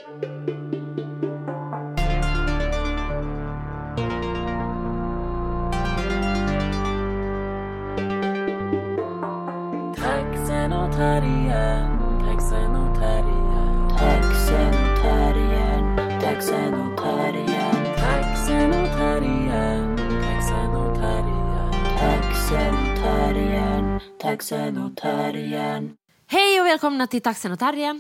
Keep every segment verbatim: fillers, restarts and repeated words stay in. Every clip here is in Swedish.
Taxenotarien, taxenotarien, taxenotarien, taxenotarien, taxenotarien, taxenotarien, taxenotarien, taxenotarien. Hej och välkomna till Taxenotarien.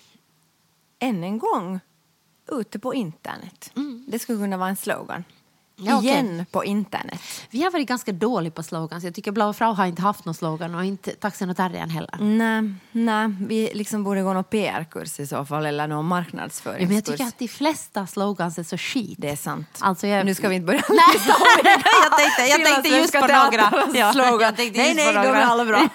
Än en gång ute på internet. Mm. Det skulle kunna vara en slogan. Ja, igen okay. På internet. Vi har varit ganska dåliga på slogans. Jag tycker Blå Frau har inte haft någon slogan och inte Taxenotarien heller. Nej, nej, vi liksom borde gå någon P R-kurs i så fall eller någon marknadsföringskurs. Ja, men jag tycker att de flesta slogans är så skit. Det är sant. Alltså jag... Nu ska vi inte börja. Nej, jag tänkte, jag tänkte just på några. Ja, slogan. nej, nej, de är alla bra.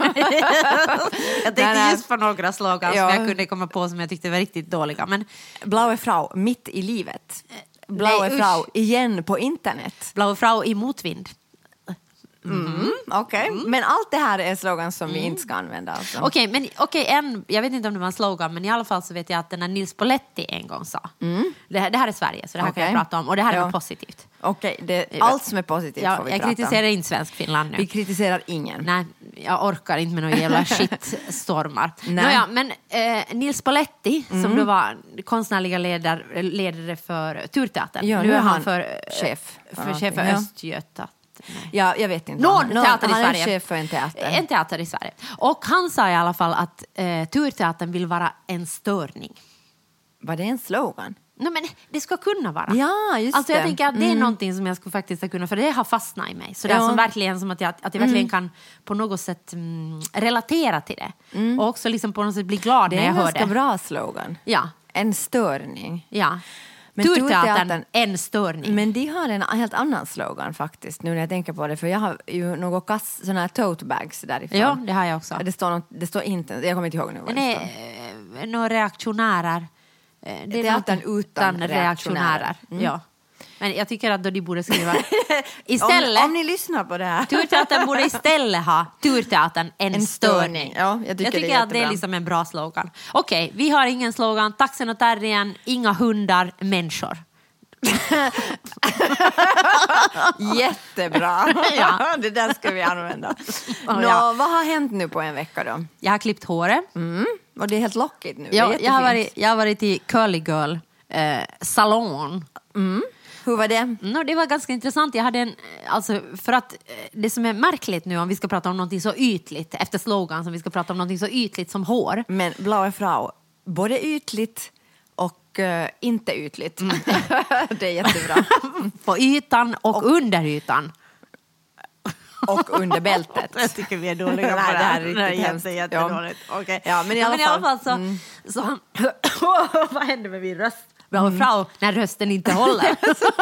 Jag tänkte nej, just på några slogans ja. som jag kunde komma på som jag tyckte var riktigt dåliga. Men... Blå Frau, mitt i livet. Blå Frau, igen på internet. Blå Frau i motvind. Mm. Mm. Okej, okay. mm. Men allt det här är slogan som mm. vi inte ska använda. Alltså. Okej, okay, men okay, en, jag vet inte om det var en slogan, men i alla fall så vet jag att den här Nils Poletti en gång sa. Mm. Det, här, det här är Sverige, så det här okay. kan jag prata om. Och det här är ja. positivt. Okej, okay, allt som är positivt ja, får vi jag prata om. Jag kritiserar inte svensk Finland nu. Vi kritiserar ingen. Nej, jag orkar inte med några jävla shitstormar. Nåja, men eh, Nils Poletti, mm. som då var konstnärliga ledare, ledare för Turteatern. Ja, nu är han, han för, chef för, chef för ja. Östgöta. Nej. Ja, jag vet inte. Någon Någon, teater i Sverige. Han är chef för en teater. En teater i Sverige. Och han sa i alla fall att eh, Turteatern vill vara en störning. Var det en slogan? Nej, men det ska kunna vara. Ja, just alltså, det. Jag tänker att det är mm. någonting som jag skulle faktiskt kunna, för det har fastnat i mig. Så det är ja. som verkligen som att jag, att jag verkligen mm. kan på något sätt mm, relatera till det. Mm. Och också liksom på något sätt bli glad när jag hör det. Det är en ganska bra slogan. Ja. En störning. Ja. Men Turteatern, en störning. Men de har en helt annan slogan faktiskt, nu när jag tänker på det. För jag har ju några kass, såna här tote bags därifrån. Ja, det har jag också. Det står, något, det står inte, jag kommer inte ihåg nu vad Nej, det står. Några reaktionärer. Det är teatern utan reaktionärer. reaktionärer. Mm. Ja. Men jag tycker att då de borde skriva istället, om, om ni lyssnar på det här. Turteatern borde istället ha Turteatern en, en störning. störning. Ja, jag tycker, jag tycker det är att det är liksom en bra slogan. Okej, okay, vi har ingen slogan. Taxenotarien, inga hundar, människor. Jättebra. Ja. Det där ska vi använda. Nå, ja. Vad har hänt nu på en vecka då? Jag har klippt håret. Mm. Och det är helt lockigt nu. Ja, jag, har varit, jag har varit i Curly Girl eh, salon. Mm. Hur var det? No, det var ganska intressant. Jag hade en, alltså, för att det som är märkligt nu om vi ska prata om någonting så ytligt, efter slogan som vi ska prata om någonting så ytligt som hår. Men Blå Frau, både ytligt och uh, inte ytligt. Mm. Det är jättebra. På ytan och, och under ytan. Och under bältet. Jag tycker vi är dåliga på det här. Det här är riktigt hemskt. Jättedåligt. Ja. Okay. Ja, men i alla, ja, men i alla fall så... Mm. så han, vad hände med min röst? Blå mm. Frau, när rösten inte håller.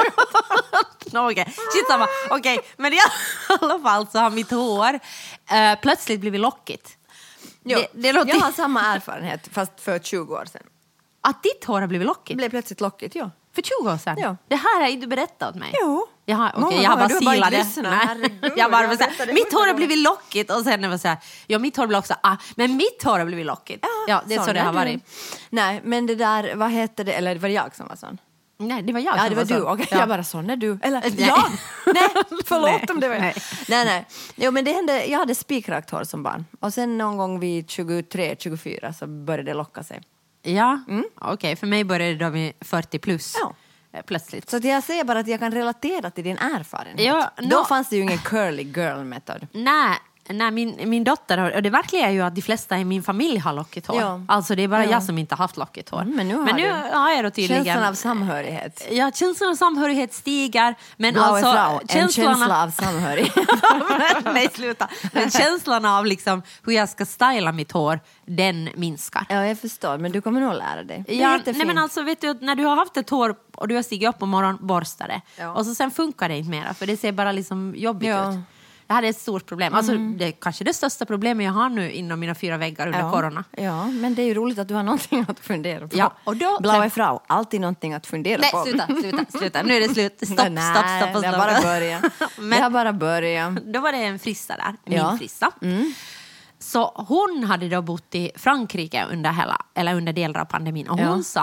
no, Okej, okay. Shit samma. Okej, okay. Men i alla fall så har mitt hår uh, plötsligt blivit lockigt. Jo, det, det låter... Jag har samma erfarenhet, fast för tjugo år sedan. Att ditt hår har blivit lockigt? Det blev plötsligt lockigt, ja. För tjugo år sedan? Ja. Det här har inte berättat åt mig. Jo. Jaha, okej, okay. Jag har bara silat det. Jag bara så mitt hår har blivit lockigt. Och sen var så här, ja, mitt hår blir också, ah, men mitt hår har blivit lockigt. Ja, ja det är så det har varit. Nej, men det där, vad heter det, eller var det jag som var sån? Nej, det var jag ja, som det var, var du. Okej, okay. Ja. Jag bara sån är du. Eller, nej. ja. Nej, förlåt nej. om det var jag. Nej, nej. nej. Jo, men det hände, jag hade spikrakt hår som barn. Och sen någon gång vid tjugotre tjugofyra så började det locka sig. Ja, mm. okej. Okay. För mig började det då vid fyrtio plus. Ja. Plötsligt. Så jag säger bara att jag kan relatera till din erfarenhet. Ja, no. Då fanns det ju ingen curly girl-metod. Nej, nej min, min dotter har, och det verkliga är ju att de flesta i min familj har lockigt hår. Ja. Alltså det är bara ja. jag som inte har haft lockigt hår. Mm, men nu har, men nu har jag då tydligen... Känslan av samhörighet. Ja, känslan av samhörighet stiger. Men Blå alltså... Frau, en känsla av samhörighet. Nej, sluta. Men känslan av liksom hur jag ska styla mitt hår, den minskar. Ja, jag förstår. Men du kommer nog lära dig. Ja, nej men alltså vet du, när du har haft ett hår och du har stigit upp på morgonen, borstar det. Ja. Och så sen funkar det inte mer, för det ser bara liksom jobbigt ja. ut. Det här är ett stort problem. Alltså, mm. det är kanske det största problemet jag har nu inom mina fyra väggar under ja. corona. Ja, men det är ju roligt att du har någonting att fundera på. Ja, och då... Blå Frau, alltid någonting att fundera nej, på. Nej, sluta, sluta, sluta. Nu är det slut. Stopp, nej, stopp, stopp, stopp. Det är bara börja. Men, det har bara börjat. Då var det en frissa där, min ja. frissa. Mm. Så hon hade då bott i Frankrike under hela, eller under delar av pandemin. Och hon ja. sa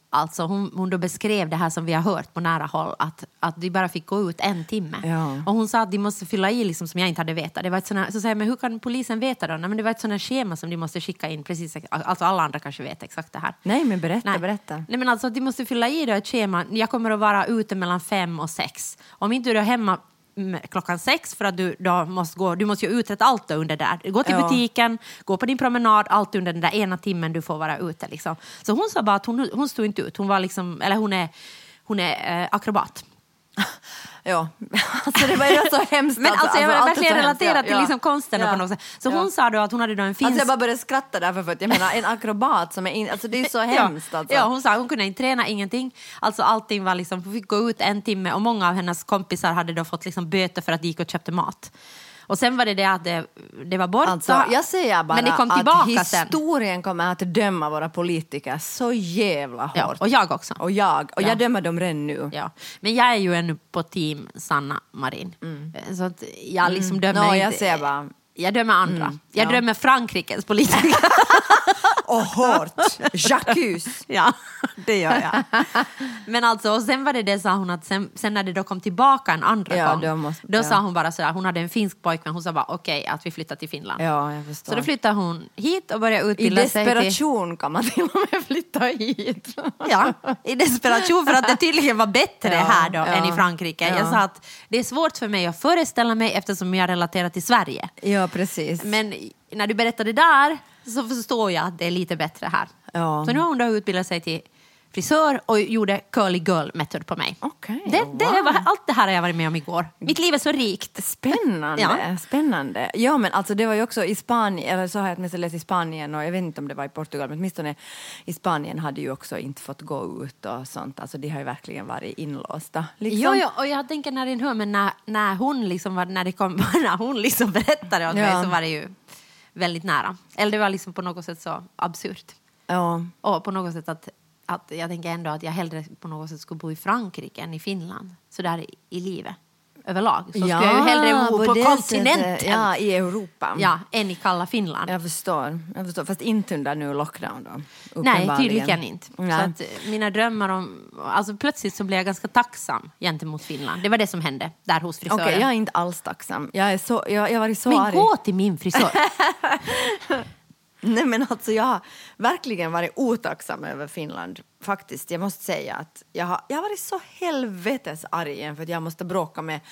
alltså hon, hon då beskrev det här som vi har hört på nära håll, att, att de bara fick gå ut en timme. Ja. Och hon sa att de måste fylla i liksom, som jag inte hade vetat. Det var ett såna, så säger jag, men hur kan polisen veta då? Nej, men det var ett sådant schema som de måste skicka in precis, alltså alla andra kanske vet exakt det här. Nej, men berätta, Nej. berätta. Nej, men alltså de måste fylla i då ett schema. Jag kommer att vara ute mellan fem och sex. Om inte du är hemma klockan sex för att du då måste gå, du måste ju uträtta allt då under där. Gå till Ja. butiken, gå på din promenad, allt under den där ena timmen du får vara ute liksom. Så hon sa bara att hon, hon stod inte ut. Hon var liksom, eller hon är, hon är eh, akrobat. Ja, alltså det var ju så hemskt. Men alltså, jag var allt är verkligen så hemskt, relaterad ja. till liksom konsten Ja. på något sätt. Så Ja. hon sa då att hon hade då en finsk... Alltså jag bara började skratta därför för att jag menar en akrobat som är in, alltså det är så hemskt alltså. Ja, hon sa hon kunde inte träna ingenting. Alltså allting var liksom, hon fick gå ut en timme och många av hennes kompisar hade då fått liksom böter för att de gick och köpte mat. Och sen var det det att det, det var borta. Alltså, jag säger bara men det kom att tillbaka sen. historien kommer att döma våra politiker så jävla hårt. Ja, och jag också. Och jag, och Ja. jag dömer dem redan nu. Ja. Men jag är ju ännu på team Sanna Marin. Så att jag liksom dömer Nå, inte. jag ser bara... Jag dömer andra. Mm, jag ja. dömer Frankrikes politiker. Och hårt! Jacques! Ja, det gör jag. Men alltså, och sen var det det, sa hon, att sen, sen när det då kom tillbaka en andra Ja, gång, då måste- då ja. sa hon bara sådär, hon hade en finsk pojkvän, hon sa bara okej att vi flyttar till Finland. Ja, jag förstår. Så då flyttade hon hit och började I utbilda sig till... desperation kan man till och med flytta hit. Ja, i desperation för att det tydligen var bättre Ja, här då ja, än i Frankrike. ja. Jag sa att det är svårt för mig att föreställa mig eftersom jag relaterar till Sverige. Ja, precis. Men när du berättade där så förstår jag att det är lite bättre här. Ja. Så nu har hon då utbildat sig till frisör och gjorde curly girl-metod på mig. Okej, det, det wow. var, allt det här har jag varit med om igår. Mitt liv är så rikt. Spännande, Ja. spännande. Ja, men alltså det var ju också i Spanien, eller så har jag åtminstone läst i Spanien och jag vet inte om det var i Portugal, men åtminstone i Spanien hade ju också inte fått gå ut och sånt. Alltså de har ju verkligen varit inlåsta. Liksom. Jo, jo, och jag tänker när den hör, men när, när hon liksom var, när det kom, när hon liksom berättade åt Ja. mig så var det ju väldigt nära. Eller det var liksom på något sätt så absurt. Ja. Och på något sätt att, att jag tänker ändå att jag hellre på något sätt skulle bo i Frankrike än i Finland. Så där i, i livet överlag. Så Ja, skulle jag ju hellre bo på det kontinenten. sättet. Ja, i Europa. Ja, än i kalla Finland. Jag förstår, jag förstår. Fast inte under nu lockdown då. Nej, uppenbarligen. tydligen inte. Nej. Så att eh, mina drömmar om... Alltså plötsligt så blev jag ganska tacksam gentemot Finland. Det var det som hände där hos frisören. Okej, jag är inte alls tacksam. Jag, är så, jag, jag har varit så Men arg. gå till min frisör. Nej, men alltså jag har verkligen varit otacksam över Finland. Faktiskt, jag måste säga att jag har, jag har varit så helvetes arg igen för att jag måste bråka med,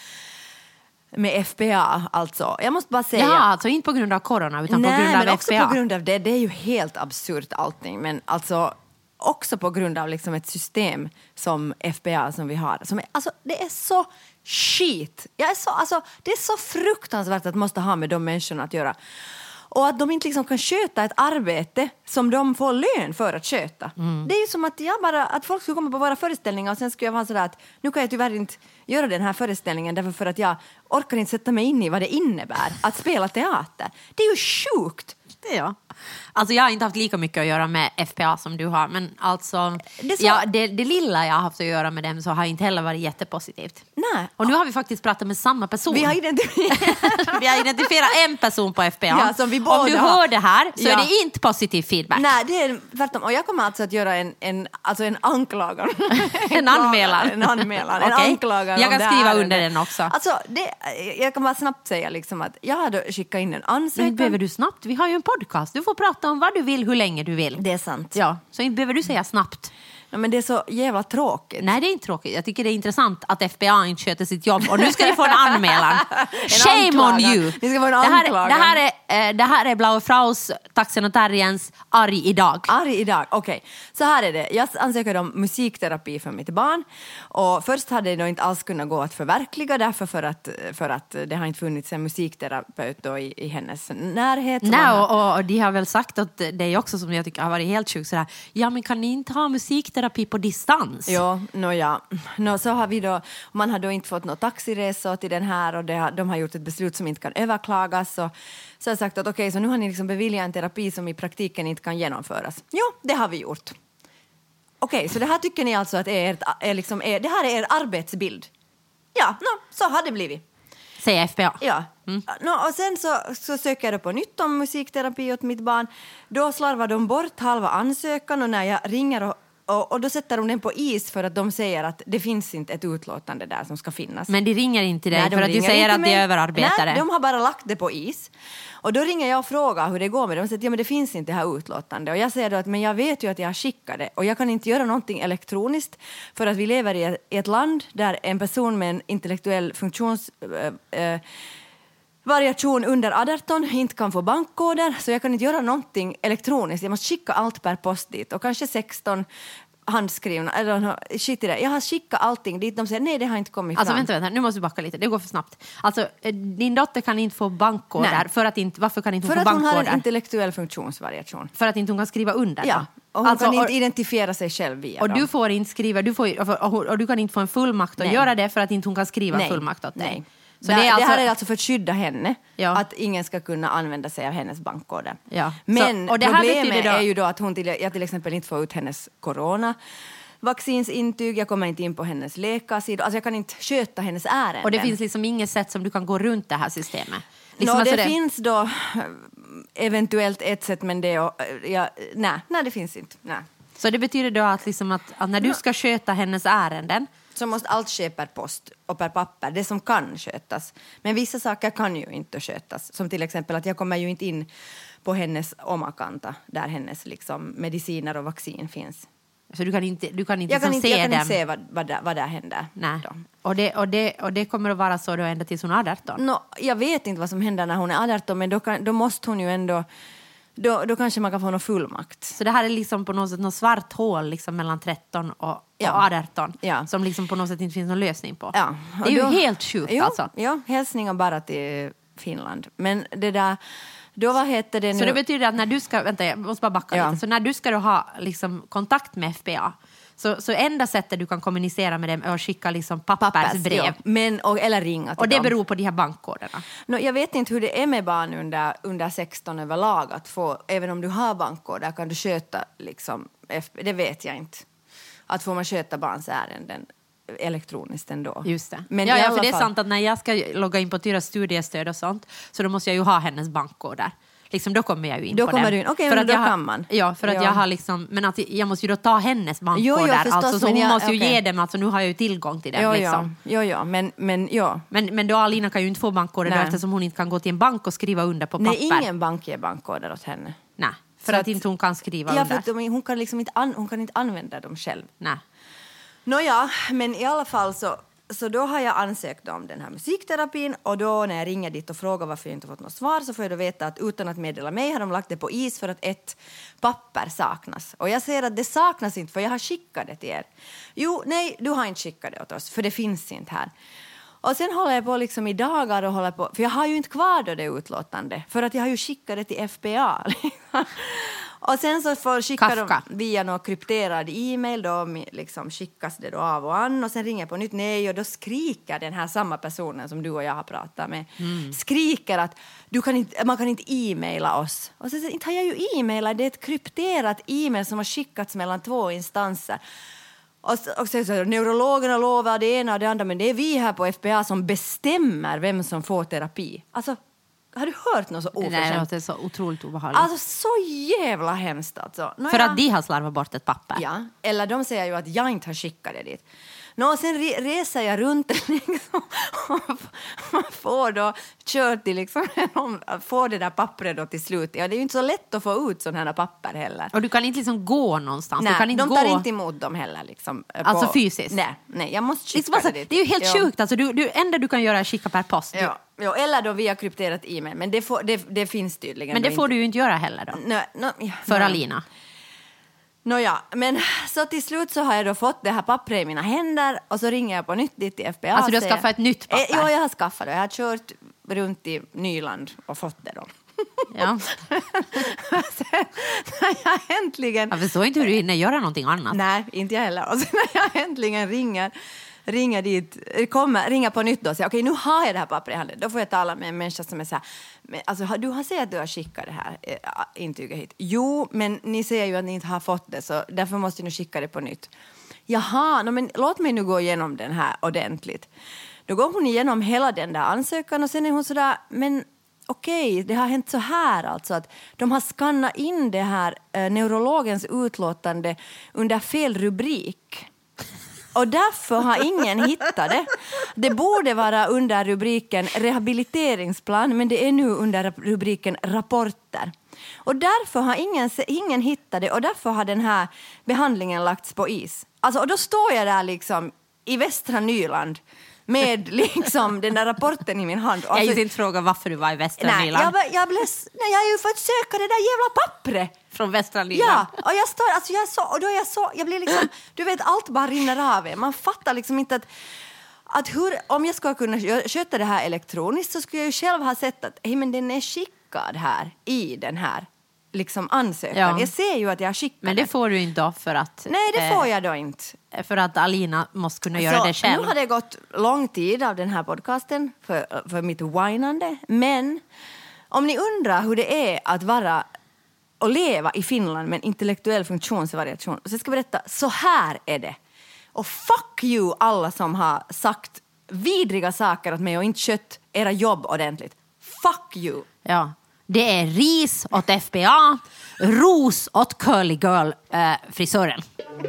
med F P A. Alltså, jag måste bara säga... Ja, alltså inte på grund av corona utan Nej, på grund av men F också P A. på grund av det. Det är ju helt absurt allting. Men alltså också på grund av liksom ett system som F P A som vi har. Som är, alltså, det är så skit. Jag är så, alltså, det är så fruktansvärt att måste ha med de människorna att göra. Och att de inte liksom kan sköta ett arbete som de får lön för att sköta. Mm. Det är ju som att, jag bara, att folk skulle komma på våra föreställningar och sen skulle jag vara sådär att nu kan jag tyvärr inte göra den här föreställningen därför för att jag orkar inte sätta mig in i vad det innebär att spela teater. Det är ju sjukt. Det är jag. Alltså jag har inte haft lika mycket att göra med F P A som du har. Men alltså, Det är så- ja, det, det lilla jag har haft att göra med dem så har inte heller varit jättepositivt. Nej. Och nu har vi faktiskt pratat med samma person. Vi har identifierat... vi har identifierat en person på F P A. Ja, som vi Om båda du har. hör det här så Ja. är det inte positiv feedback. Nej, det är tvärtom. Och jag kommer alltså att göra en, en, alltså en anklagan. En anmälan. En anmälan. En Okej. anklagan. Jag om kan det skriva här. under den också. Alltså, det, jag kan bara snabbt säga liksom att jag hade skickat in en Men ansökan. behöver du snabbt? Vi har ju en podcast. Du får prata om vad du vill, hur länge du vill. Det är sant. Ja, så inte behöver du säga snabbt. Ja, men det är så jävla tråkigt. Nej, det är inte tråkigt. Jag tycker det är intressant att F B A inte sköter sitt jobb. Och nu ska ni få en anmälan. Shame on anklagan. you. Ni ska få en det, här, anklagan. det, här är, eh, det här är Blaue Fraus, Taxen och Terriens arg idag. Arg idag, okej. Så här är det. Jag ansökte om musikterapi för mitt barn. Och först hade det nog inte alls kunnat gå att förverkliga därför för att, för att det har inte funnits en musikterapeut då i, i hennes närhet. som Nej, man har- och, och de har väl sagt att det är också som jag tycker har varit helt sjukt sådär. Ja, men kan ni inte ha musikterapi på distans? Ja, no, ja. No, så har vi då, man har då inte fått någon taxiresa till den här och det har, de har gjort ett beslut som inte kan överklagas. Och så har jag sagt att okej, så nu har ni liksom beviljat en terapi som i praktiken inte kan genomföras. Jo, det har vi gjort. Okej, så det här tycker ni alltså att är, ert, är liksom är, det här är er arbetsbild? Ja, no, så har det blivit. Säger F B A. Ja. No, och sen så, så söker jag då på nytt om musikterapi åt mitt barn. Då slarvar de bort halva ansökan och när jag ringer och Och, och då sätter de den på is för att de säger att det finns inte ett utlåtande där som ska finnas. Men de ringer inte dig Nej, för att du säger att de är överarbetare. Nej, de har bara lagt det på is. Och då ringer jag och frågar hur det går med det. De säger att ja, men det finns inte det här utlåtande. Och jag säger då att men jag vet ju att jag har skickat det. Och jag kan inte göra någonting elektroniskt för att vi lever i ett, i ett land där en person med en intellektuell funktions... Äh, äh, variation under arton inte kan få bankkoder, så jag kan inte göra någonting elektroniskt. Jag måste skicka allt per post dit. Och kanske sexton handskrivna, eller shit i det. Jag har skickat allting dit. De säger nej, det har inte kommit alltså, fram. Alltså vänta, vänta, nu måste vi backa lite. Det går för snabbt. Alltså, din dotter kan inte få bankkoder. För att inte, varför kan inte hon för få bankkoder? För att hon har en intellektuell funktionsvariation. För att inte hon kan skriva under ja. dem. Och hon alltså, kan inte och, identifiera sig själv via och dem. du får inte skriva, du får, och, och, och du kan inte få en fullmakt att nej. göra det för att inte hon kan skriva nej. fullmakt åt dig. Nej. Så det, det, är alltså, det här är alltså för att skydda henne. Ja. Att ingen ska kunna använda sig av hennes bankkoder. Ja. Men så, och det här problemet då, är ju då att hon till, jag till exempel inte får ut hennes corona vaccinsintyg, jag kommer inte in på hennes läkarsida. Alltså jag kan inte sköta hennes ärenden. Och det finns liksom inget sätt som du kan gå runt det här systemet. Liksom no, alltså det, det finns då eventuellt ett sätt, men det är, ja, nej, nej, det finns inte. Nej. Så det betyder då att, liksom att, att när du ska sköta hennes ärenden så måste allt ske per post och per papper, det som kan skötas. Men vissa saker kan ju inte skötas. Som till exempel att jag kommer ju inte in på hennes omakanta där hennes liksom mediciner och vaccin finns. Så du kan inte, du kan inte, jag kan inte se jag kan dem. inte se vad, vad, där, vad där händer. Nej. Och, det, och, det, och det kommer att vara så då ända tills hon är arton? No, jag vet inte vad som händer när hon är arton, men då, kan, då måste hon ju ändå... Då, då kanske man kan få någon fullmakt. Så det här är liksom på något sätt något svart hål liksom mellan tretton och, ja. och arton ja. som liksom på något sätt inte finns någon lösning på. Ja. Det är ju då, helt sjukt jo, alltså. Ja, hälsningar bara till Finland. Men det där... Då vad heter det nu? Så det betyder att när du ska... Vänta, jag måste bara backa ja. lite. Så när du ska då ha liksom kontakt med F B A så, så enda sättet du kan kommunicera med dem är att skicka liksom pappersbrev. Ja. Men, och, eller ringa till Och det dem. beror på de här bankkoderna. No, jag vet inte hur det är med barn under, under sexton överlag. Att få, även om du har bankkoder kan du sköta liksom, det vet jag inte. Att får man sköta barns ärenden elektroniskt ändå. Just det. Men ja, i ja, alla för det är fall... sant att när jag ska logga in på Tyras studiestöd och sånt så då måste jag ju ha hennes bankkoder. Liksom, då kommer jag ju in då på kommer den. Du in. Okej, för men att då jag, kan man. Ja, för att ja. jag har liksom... Men att jag måste ju då ta hennes bankkoder. Jo, jo, förstås, alltså, så hon jag, måste ju okay. ge dem, alltså nu har jag ju tillgång till dem. Jo, liksom. ja, jo, ja. Men, men, ja. Men, men då Alina kan ju inte få bankkoder då, eftersom hon inte kan gå till en bank och skriva under på papper. Nej, ingen bank ger bankkoder åt henne. Nej, för så att, att inte hon kan skriva ja, under. Ja, för att hon kan liksom inte, an, hon kan inte använda dem själv. Nej. Nåja, men i alla fall så, så då har jag ansökt om den här musikterapin och då när jag ringer dit och frågar varför jag inte fått något svar så får jag då veta att utan att meddela mig har de lagt det på is för att ett papper saknas. Och jag säger att det saknas inte för jag har skickat det till er. Jo, nej, du har inte skickat det åt oss för det finns inte här. Och sen håller jag på liksom i dagar och håller på, för jag har ju inte kvar då det utlåtande för att jag har ju skickat det till F B A. Och sen så får skicka Kafka. dem via någon krypterad e-mail då liksom skickas det då av och an och sen ringer jag på nytt nej och då skriker den här samma personen som du och jag har pratat med mm. skriker att du kan inte, man kan inte e-maila oss. Och så säger inte har jag ju e-mailat, det är ett krypterat e-mail som har skickats mellan två instanser. Och så, och så, så neurologerna lovar det ena och det andra men det är vi här på F B A som bestämmer vem som får terapi. Alltså har du hört något så oförskämt? Det är så otroligt obehagligt. Alltså så jävla hemskt alltså. Nå, för ja. att de har slarvat bort ett papper. Ja, eller de säger ju att jag inte har skickat det dit. Nå, sen re- reser jag runt liksom, och får då kört till liksom, får det där pappret då till slut. Ja, det är ju inte så lätt att få ut sådana här papper heller. Och du kan inte liksom gå någonstans. Nej, du kan inte de tar gå... inte emot dem heller. Liksom, alltså på... fysiskt? Nej, nej, jag måste skicka liksom, det dit. Det är ju helt ja. sjukt. Alltså, du, du, enda du kan göra är att skicka per post. Du... Ja. Ja, eller då via krypterat e-mail. Men det, får, det, det finns tydligen. Men det får inte. du ju inte göra heller då. Nej, no, ja, för nej. Alina. Nåja, men så till slut så har jag då fått det här pappret i mina händer och så ringer jag på nytt dit till F B A. Alltså du har skaffat ett nytt papper? Eh, ja, jag har skaffat det. Jag har kört runt i Nyland och fått det då. Ja. Sen när jag äntligen... Jag förstår inte hur du hinner göra någonting annat. Nej, inte jag heller. Och sen när jag äntligen ringer, ringer dit, kommer, ringer på nytt då och säger okej, nu har jag det här pappret i handen. Då får jag tala med en människa som är så här, men, alltså, du har sett att du har skickat det här äh, intyget hit. Jo, men ni säger ju att ni inte har fått det så därför måste ni skicka det på nytt. Jaha, no, men låt mig nu gå igenom den här ordentligt. Då går hon igenom hela den där ansökan och sen är hon sådär, men okej, okay, det har hänt så här alltså att de har skannat in det här eh, neurologens utlåtande under fel rubrik. Och därför har ingen hittat det. Det borde vara under rubriken rehabiliteringsplan, men det är nu under rubriken rapporter. Och därför har ingen, ingen hittat det och därför har den här behandlingen lagts på is. Alltså, och då står jag där liksom i västra Nyland med liksom den där rapporten i min hand. Jag alltså, inte fråga varför du var i västra nej, Nyland. Jag, jag, blev, nej, jag har ju fått söka det där jävla pappret. Från västra Nyland. Ja, och jag står, alltså jag så, och då är jag så, jag blir liksom, du vet, allt bara rinner av er. Man fattar liksom inte att, att hur, om jag ska kunna sköta det här elektroniskt så skulle jag ju själv ha sett att, hej men den är skickad här i den här liksom ansökan. Ja. Jag ser ju att jag har skickat. Men det får du inte då för att... Nej, det får jag då inte. För att Alina måste kunna göra så, det själv. Nu har det gått lång tid av den här podcasten för, för mitt whinande. Men om ni undrar hur det är att vara och leva i Finland med en intellektuell funktionsvariation, så ska jag berätta, så här är det. Och fuck you alla som har sagt vidriga saker åt mig och inte skött era jobb ordentligt. Fuck you. Ja. Det är ris åt F B A, ros åt curly girl eh, frisören.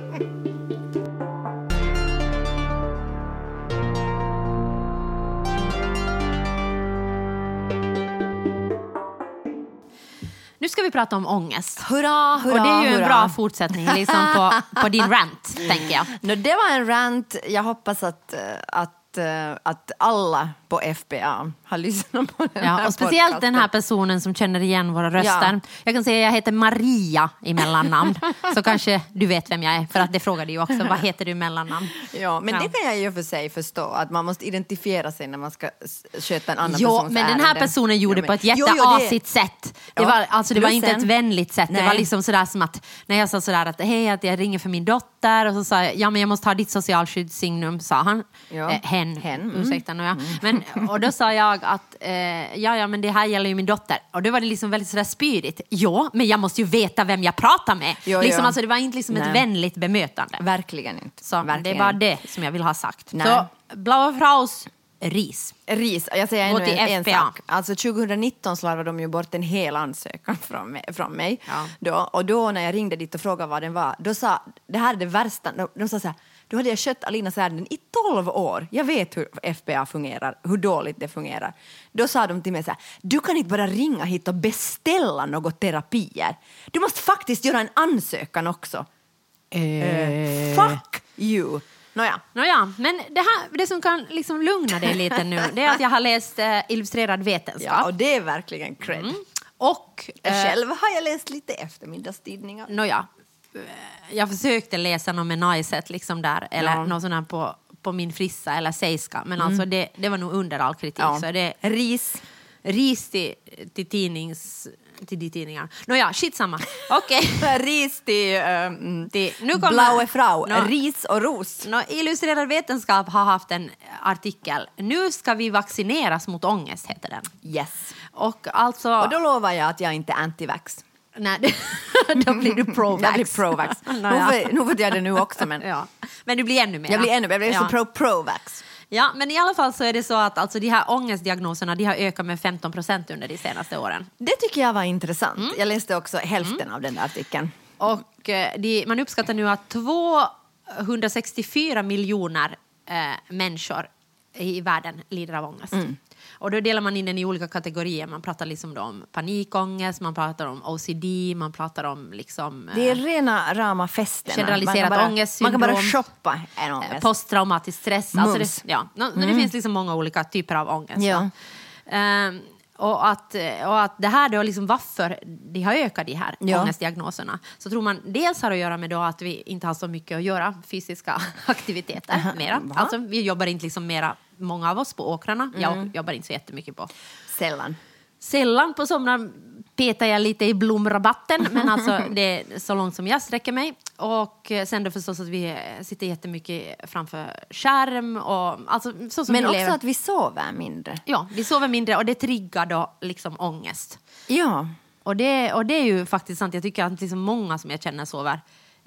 Nu ska vi prata om ångest. Hurra, hurra, och det är ju hurra. en bra fortsättning liksom på, på din rant, tänker jag. No, det var en rant. Jag hoppas att, att, att alla på F B A har lyssnat på den ja, här och speciellt podcasten. den här personen som känner igen våra röster. Ja. Jag kan säga att jag heter Maria i mellannamn. Så kanske du vet vem jag är. För att det frågade ju också, vad heter du i mellannamn? Ja, men ja. det kan jag ju för sig förstå. Att man måste identifiera sig när man ska sköta en annan jo, persons men den här ärende. personen gjorde ja, men, på ett jätteasigt det... sätt. Det, ja, var, alltså, det var inte sen... ett vänligt sätt. Nej. Det var liksom sådär som att när jag sa sådär att hej, att jag ringer för min dotter. Och så sa jag, ja men jag måste ha ditt socialskyddssignum, sa han. Ja. Eh, hen, hen. Mm. ursäkta nu ja. Men, och då sa jag att eh, ja, ja men det här gäller ju min dotter. Och då var det liksom väldigt sådär spydigt. Ja, men jag måste ju veta vem jag pratar med. Jo, liksom, jo. Alltså, det var inte liksom ett vänligt bemötande. Verkligen inte. Så Verkligen. det är bara det som jag vill ha sagt. Nej. Så Blaue Fraus ris. Ris, jag säger Gå ännu till en, F B A. en sak. Alltså tjugonitton slarvade de ju bort en hel ansökan från mig. Från mig. Ja. Då, och då när jag ringde dit och frågade vad den var, då sa, det här är det värsta, de, de sa så här, då hade jag skött Alinas ärenden i tolv år. Jag vet hur F B A fungerar, hur dåligt det fungerar. Då sa de till mig så här, du kan inte bara ringa hit och beställa något terapier. Du måste faktiskt göra en ansökan också. Eh. Fuck you. Nåja. Nåja, men det, här, det som kan liksom lugna dig lite nu, det är att jag har läst eh, illustrerad vetenskap. Ja, och det är verkligen cred. Mm. Och eh, Själv har jag läst lite eftermiddagstidningar. nåja, eh, jag försökte läsa något med najset liksom där, eller Ja. något sånt här på, på min frissa eller sejska, men alltså det, det var nog under all kritik. Ja. Så det, Ris. ris till, till tidnings... till de tidningarna. Nåja, shit samma. Okej. Ris till, um, till nu kommer Blaue Frau. Nå- Ris och ros. Nå, Illustrerad vetenskap har haft en artikel. Nu ska vi vaccineras mot ångest, heter den. Yes. Och alltså... Och då lovar jag att jag inte är anti-vax. Nej, då blir du pro-vax. Jag blir pro-vax. Nåja. Nu får- Nu får jag det nu också, men Ja. Men du blir ännu mer. jag blir ännu jag blir ja. så pro-pro-vax. Ja, men i alla fall så är det så att alltså, de här ångestdiagnoserna de har ökat med femton procent under de senaste åren. Det tycker jag var intressant. Mm. Jag läste också hälften av den där artikeln. Och eh, de, man uppskattar nu att tvåhundrasextiofyra miljoner eh, människor i världen lider av ångest. Mm. Och då delar man in den i olika kategorier. Man pratar liksom då om panikångest, man pratar om O C D, man pratar om liksom... Det är rena rama festen. Generaliserat man kan bara, ångestsyndrom. Man kan bara shoppa en ångest. Posttraumatisk stress. Alltså Mums. det, ja, no, mm. det finns liksom många olika typer av ångest. Ja. Um, och, att, och att det här då liksom varför de har ökat de här Ja. ångestdiagnoserna. Så tror man dels har att göra med då att vi inte har så mycket att göra fysiska aktiviteter Aha. mera. Va? Alltså vi jobbar inte liksom mera, många av oss på åkrarna. Mm. Jag jobbar inte så jättemycket på. Sällan. Sällan på somrar petar jag lite i blomrabatten, men alltså det är så långt som jag sträcker mig. Och sen då förstås att vi sitter jättemycket framför skärm. Och, alltså, så som Men vi också lever. att vi sover mindre. Ja, vi sover mindre och det triggar då liksom ångest. Ja. Och det, och det är ju faktiskt sant. Jag tycker att liksom många som jag känner sover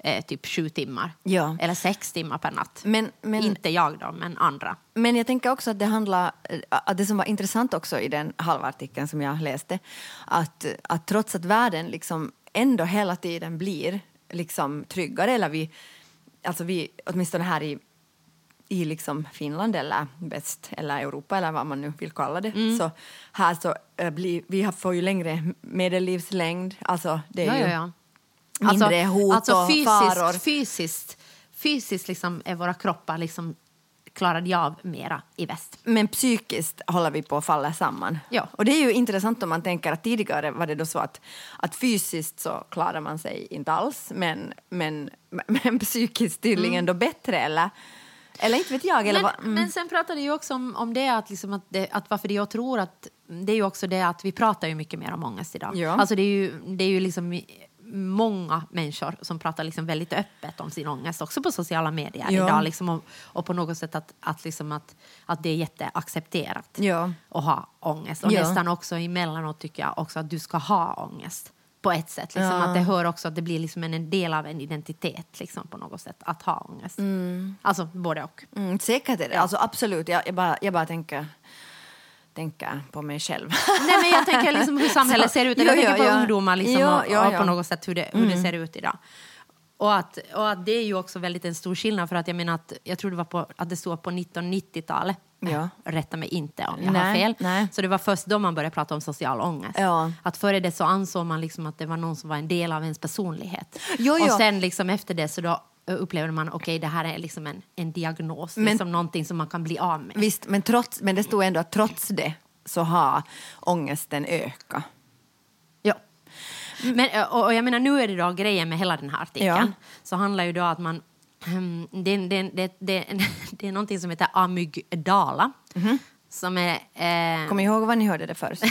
eh, typ sju timmar. Ja. Eller sex timmar per natt. Men, men, Inte jag då, men andra. men jag tänker också att det handlar, att det som var intressant också i den halvartikeln som jag läste, att, att trots att världen liksom ändå hela tiden blir liksom tryggare, eller vi, alltså vi åtminstone här i i liksom Finland eller väst eller Europa eller vad man nu vill kalla det. Mm. Så här så äh, blir, vi har får ju längre medellivslängd. Alltså det är ja, ju ja, ja. mindre alltså, hot alltså och fysiskt, faror. Fysiskt, fysiskt liksom är våra kroppar liksom klarade av mera i väst. Men psykiskt håller vi på att falla samman. Ja. Och det är ju intressant om man tänker att tidigare var det då så att, att fysiskt så klarar man sig inte alls, men, men, men psykiskt tydligen mm. då bättre, eller? Eller inte vet jag. Eller men, vad, mm. men sen pratade ju också om, om det, att, liksom att, det, att varför det jag tror att det är ju också det att vi pratar ju mycket mer om ångest idag. Ja. Alltså det är ju, det är ju liksom många människor som pratar liksom väldigt öppet om sin ångest också på sociala medier ja. idag liksom, och, och på något sätt att, att, liksom att, att det är jätteaccepterat ja. att ha ångest. Och ja. nästan också emellanåt tycker jag också att du ska ha ångest på ett sätt. Liksom, ja. Att det hör också att det blir liksom en del av en identitet liksom, på något sätt att ha ångest. Mm. Alltså både och. Mm, säkert är det. Alltså, absolut. Jag, jag, bara, jag bara tänker, tänker på mig själv. Nej, men jag tänker liksom hur samhället ser ut. Eller jag jo, tänker på ja. ungdomar liksom, jo, och, jo, och jo. på något sätt hur det, hur Mm. det ser ut idag. Och att, och att det är ju också väldigt en stor skillnad, för att jag menar att jag tror det var på, att det stod på nittonhundranittiotalet. Ja. Rätta mig inte om jag nej, har fel. Nej. Så det var först då man började prata om social ångest. Ja. Att före det så ansåg man liksom att det var någon som var en del av ens personlighet. Jo, jo. Och sen liksom efter det så då upplevde man okej, okay, det här är liksom en, en diagnos. Men, liksom någonting som man kan bli av med. Visst, men, trots, men det stod ändå att trots det så har ångesten ökat. Ja. Men, och, och jag menar, nu är det då grejen med hela den här artikeln. Ja. Så handlar ju då att man um, det, det, det, det, det är någonting som heter amygdala. Mm-hmm. Som är... Eh, Kom ihåg vad ni hörde det först.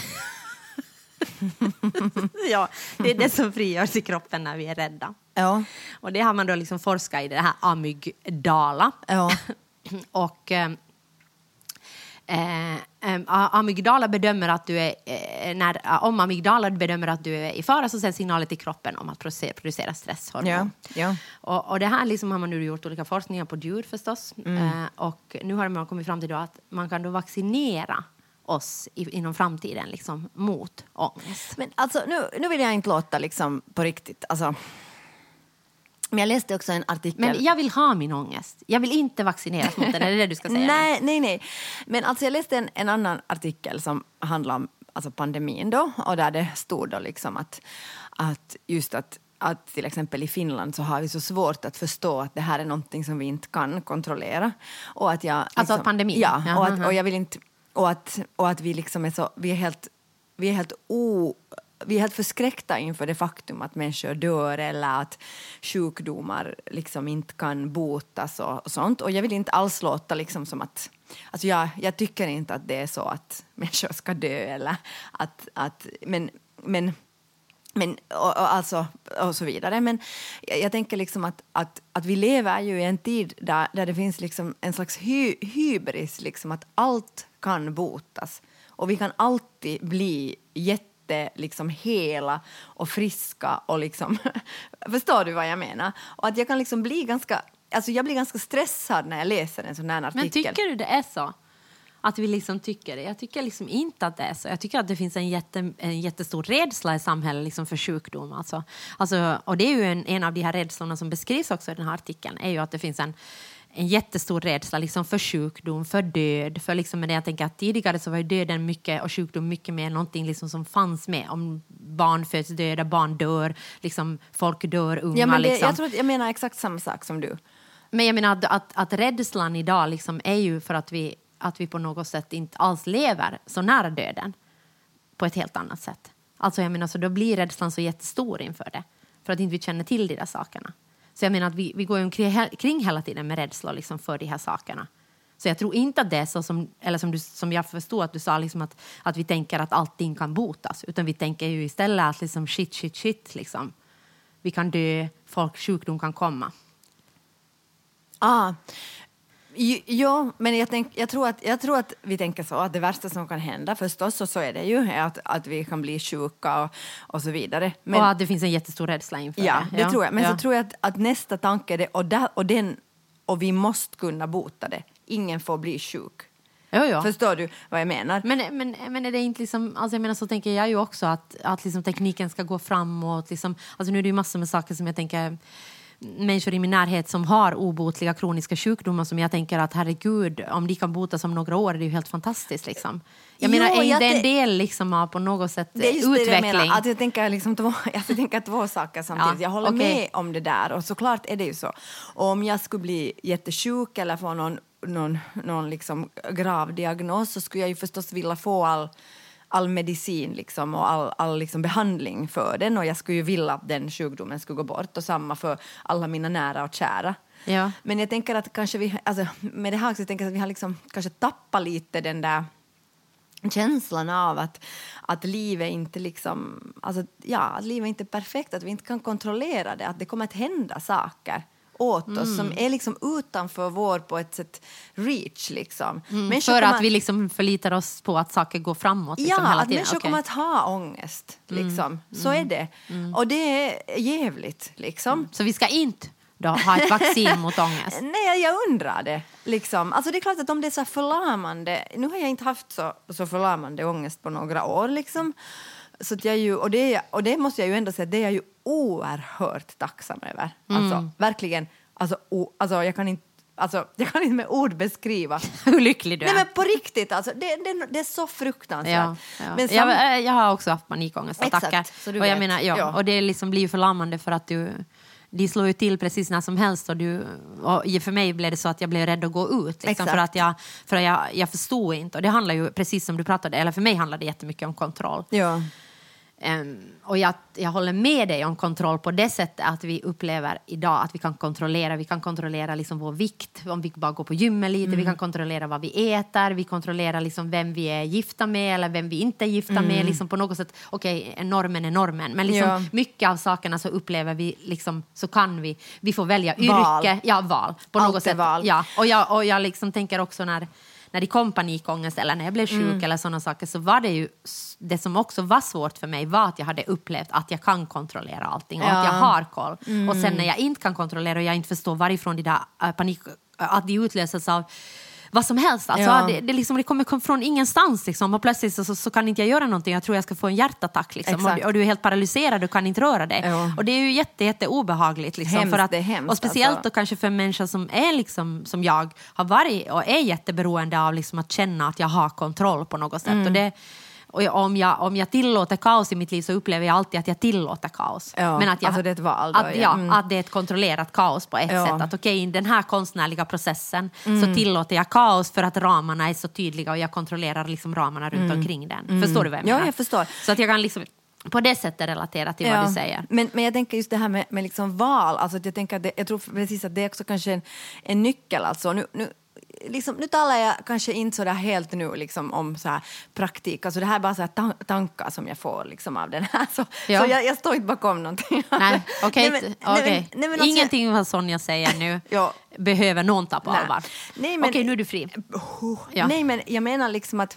ja, det är det som frigörs i kroppen när vi är rädda. Ja. Och det har man då liksom forskat i, det här amygdala. Ja. Och... Eh, Eh, eh, amygdala bedömer att du är eh, när, om amygdala bedömer att du är i fara, så sänder signaler till kroppen om att producera, producera stresshormon. Ja, ja. Och, och det här liksom har man nu gjort olika forskningar på djur förstås. Mm. Eh, och nu har man kommit fram till då att man kan då vaccinera oss i, inom framtiden liksom, mot ångest. Men alltså, nu, nu vill jag inte låta liksom på riktigt, alltså. Men jag läste också en artikel. Men jag vill ha min ångest. Jag vill inte vaccineras mot den. Är det det du ska säga? nej, nej, nej. Men alltså jag läste en, en annan artikel som handlar om alltså pandemin då. Och där det stod då liksom att, att just att, att till exempel i Finland så har vi så svårt att förstå att det här är någonting som vi inte kan kontrollera. Och att jag, liksom, alltså att pandemin? Ja, Jaha, och, att, och jag vill inte... Och att, och att vi liksom är så... Vi är helt, vi är helt o... Vi är helt förskräckta inför det faktum att människor dör eller att sjukdomar liksom inte kan botas och, och sånt. Och jag vill inte alls låta liksom som att... Alltså jag, jag tycker inte att det är så att människor ska dö eller att... att men, men, men och, och, alltså, och så vidare. Men jag, jag tänker liksom att, att, att vi lever ju i en tid där, där det finns liksom en slags hy, hybris, liksom att allt kan botas. Och vi kan alltid bli jätte liksom hela och friska och liksom förstår du vad jag menar? Och att jag kan liksom bli ganska alltså jag blir ganska stressad när jag läser en sån här artikel. Men tycker du det är så? Att vi liksom tycker det? Jag tycker liksom inte att det är så. Jag tycker att det finns en, jätte, en jättestor rädsla i samhället liksom för sjukdom. Alltså, alltså, och det är ju en, en av de här rädslorna som beskrivs också i den här artikeln. Är ju att det finns en, en jättestor rädsla liksom för sjukdom, för död. För liksom, men jag tänker att tidigare så var ju döden mycket och sjukdom mycket mer någonting liksom som fanns med. Om barn föds döda, barn dör, liksom, folk dör, unga. Ja, men det, liksom. jag tror att jag menar exakt samma sak som du. Men jag menar att, att, att rädslan idag liksom är ju för att vi, att vi på något sätt inte alls lever så nära döden på ett helt annat sätt. Alltså jag menar, så då blir rädslan så jättestor inför det. För att inte vi känner till de där sakerna. Så jag menar att vi, vi går omkring kring hela tiden med rädsla liksom för de här sakerna. Så jag tror inte att det är så som, eller som, du, som jag förstod att du sa liksom att, att vi tänker att allting kan botas. Utan vi tänker ju istället att liksom shit, shit, shit liksom. Vi kan dö, folk, sjukdom kan komma. Ah, Jo, men jag, tänk, jag, tror att, jag tror att vi tänker så att det värsta som kan hända förstås, och så är det ju att, att vi kan bli sjuka och, och så vidare. Men, och att det finns en jättestor rädsla inför ja, det. det tror jag. Men ja. så tror jag att, att nästa tanke är det, och, där, och, den, och vi måste kunna bota det. Ingen får bli sjuk. Jo, jo. Förstår du vad jag menar? Men, men, men är det inte liksom, alltså jag menar så tänker jag ju också att, att liksom tekniken ska gå framåt. Liksom, alltså nu är det ju massor med saker som jag tänker, människor i min närhet som har obotliga kroniska sjukdomar som jag tänker att herregud, om de kan botas om några år, det är ju helt fantastiskt liksom. Jag Jo, menar, är jag det en te- del liksom av på något sätt Det är just utveckling? det jag menar, att jag tänker, liksom två, jag tänker två saker samtidigt. Ja, jag håller okej. med om det där, och såklart är det ju så. Och om jag skulle bli jättesjuk eller få någon, någon, någon liksom grav diagnos, så skulle jag ju förstås vilja få all, all medicin liksom, och all, all liksom behandling för den. Och jag skulle ju vilja att den sjukdomen skulle gå bort, och samma för alla mina nära och kära. Ja. Men jag tänker att kanske vi, alltså, med det här så tänker jag att vi har liksom kanske tappat lite den där känslan av att, att livet inte liksom, alltså, ja, att livet inte är perfekt, att vi inte kan kontrollera det, att det kommer att hända saker åt oss mm. som är liksom utanför vår på ett sätt reach liksom. Mm, för kommer, att vi liksom förlitar oss på att saker går framåt liksom, ja, hela att tiden. människor Okay. kommer att ha ångest liksom. Mm. Så är det. Mm. Och det är jävligt liksom. Mm. Så vi ska inte då ha ett vaccin mot ångest? Nej, jag undrar det. Liksom. Alltså det är klart att om det är så förlamande... Nu har jag inte haft så, så förlamande ångest på några år. Liksom. Så att jag ju, och, det, och det måste jag ju ändå säga, det är jag ju oerhört tacksam över. Alltså, mm. verkligen. Alltså, o, alltså, jag kan inte... Alltså, jag kan inte med ord beskriva hur lycklig du är. Nej, men på riktigt, alltså, det, det, det är så fruktansvärt. Ja, ja. Men sam- jag, jag har också haft panikångestattacker. Exakt, så du och jag vet. menar, ja, Ja. och det liksom blir ju förlamande för att du, de slår ju till precis när som helst. Och, du, och för mig blev det så att jag blev rädd att gå ut. Liksom, för att, jag, för att jag, jag förstod inte. Och det handlar ju, precis som du pratade, eller för mig handlar det jättemycket om kontroll. Ja. Um, och jag, jag håller med dig om kontroll på det sättet att vi upplever idag att vi kan kontrollera, vi kan kontrollera liksom vår vikt, om vi bara går på gymmet lite, mm. vi kan kontrollera vad vi äter, vi kontrollerar liksom vem vi är gifta med eller vem vi inte är gifta mm. med, liksom på något sätt, okej, okay, normen är normen, men liksom ja. mycket av sakerna så upplever vi liksom, så kan vi, vi får välja val. yrke, ja, val, på Allt något sätt, val. ja, och jag, och jag liksom tänker också när när det kom panikångest eller när jag blev sjuk mm. eller sådana saker, så var det ju det som också var svårt för mig var att jag hade upplevt att jag kan kontrollera allting och ja. att jag har koll. Mm. Och sen när jag inte kan kontrollera och jag inte förstår varifrån de där äh, panik, att de utlöses av vad som helst. Alltså, ja. det, det, liksom, det kommer från ingenstans liksom, och plötsligt så, så, så kan inte jag göra någonting. Jag tror jag ska få en hjärtattack liksom, och, och du är helt paralyserad och kan inte röra dig. Ja. Och det är ju jätte, jätte obehagligt. Liksom, hemskt, för att, det är hemskt, och speciellt alltså. då kanske för en människa som är liksom, som jag har varit och är jätteberoende av liksom, att känna att jag har kontroll på något sätt. Mm. Och det Och om jag, om jag tillåter kaos i mitt liv så upplever jag alltid att jag tillåter kaos. Ja, men att jag, alltså det är ett val då, att, ja. ja, Mm. att det är ett kontrollerat kaos på ett Ja. sätt. Att okej, i den här konstnärliga processen Mm. så tillåter jag kaos för att ramarna är så tydliga och jag kontrollerar liksom ramarna runt Mm. omkring den. Mm. Förstår du vad jag Ja, menar? jag förstår. Så att jag kan liksom på det sättet relatera till Ja. vad du säger. Men, men jag tänker just det här med, med liksom val. Alltså att jag, tänker att det, jag tror precis att det är också kanske en, en nyckel. Alltså nu, nu, liksom, nu talar jag kanske inte så där helt nu liksom, om så här praktik. Alltså det här är bara så här ta- tankar som jag får liksom, av den här. Så, Ja. så jag, jag står inte bakom någonting. Nej, okej. Nej, men- Okay. nej, men- nej, men alltså- Ingenting vad Sonja säger nu Ja. behöver någon ta på Nej. allvar. Nej, men- Okej, nu är du fri. Oh, Ja. Nej, men jag menar liksom att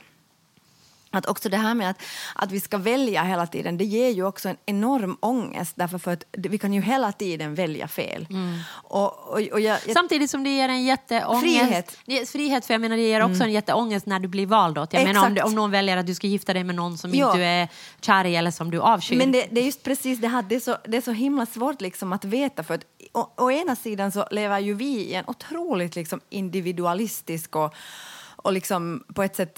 Att också det här med att, att vi ska välja hela tiden, det ger ju också en enorm ångest. Därför för att vi kan ju hela tiden välja fel. Mm. Och, och, och jag, jag, Samtidigt som det ger en jätteångest. Frihet. Det är frihet, för jag menar det ger också mm. en jätteångest när du blir vald åt. Jag Exakt. menar om, det, om någon väljer att du ska gifta dig med någon som Ja. inte du är kär i eller som du avskyr. Men det, det är just precis det här, det är så, det är så himla svårt liksom att veta. För att å, å ena sidan så lever ju vi i en otroligt liksom individualistisk och, och liksom på ett sätt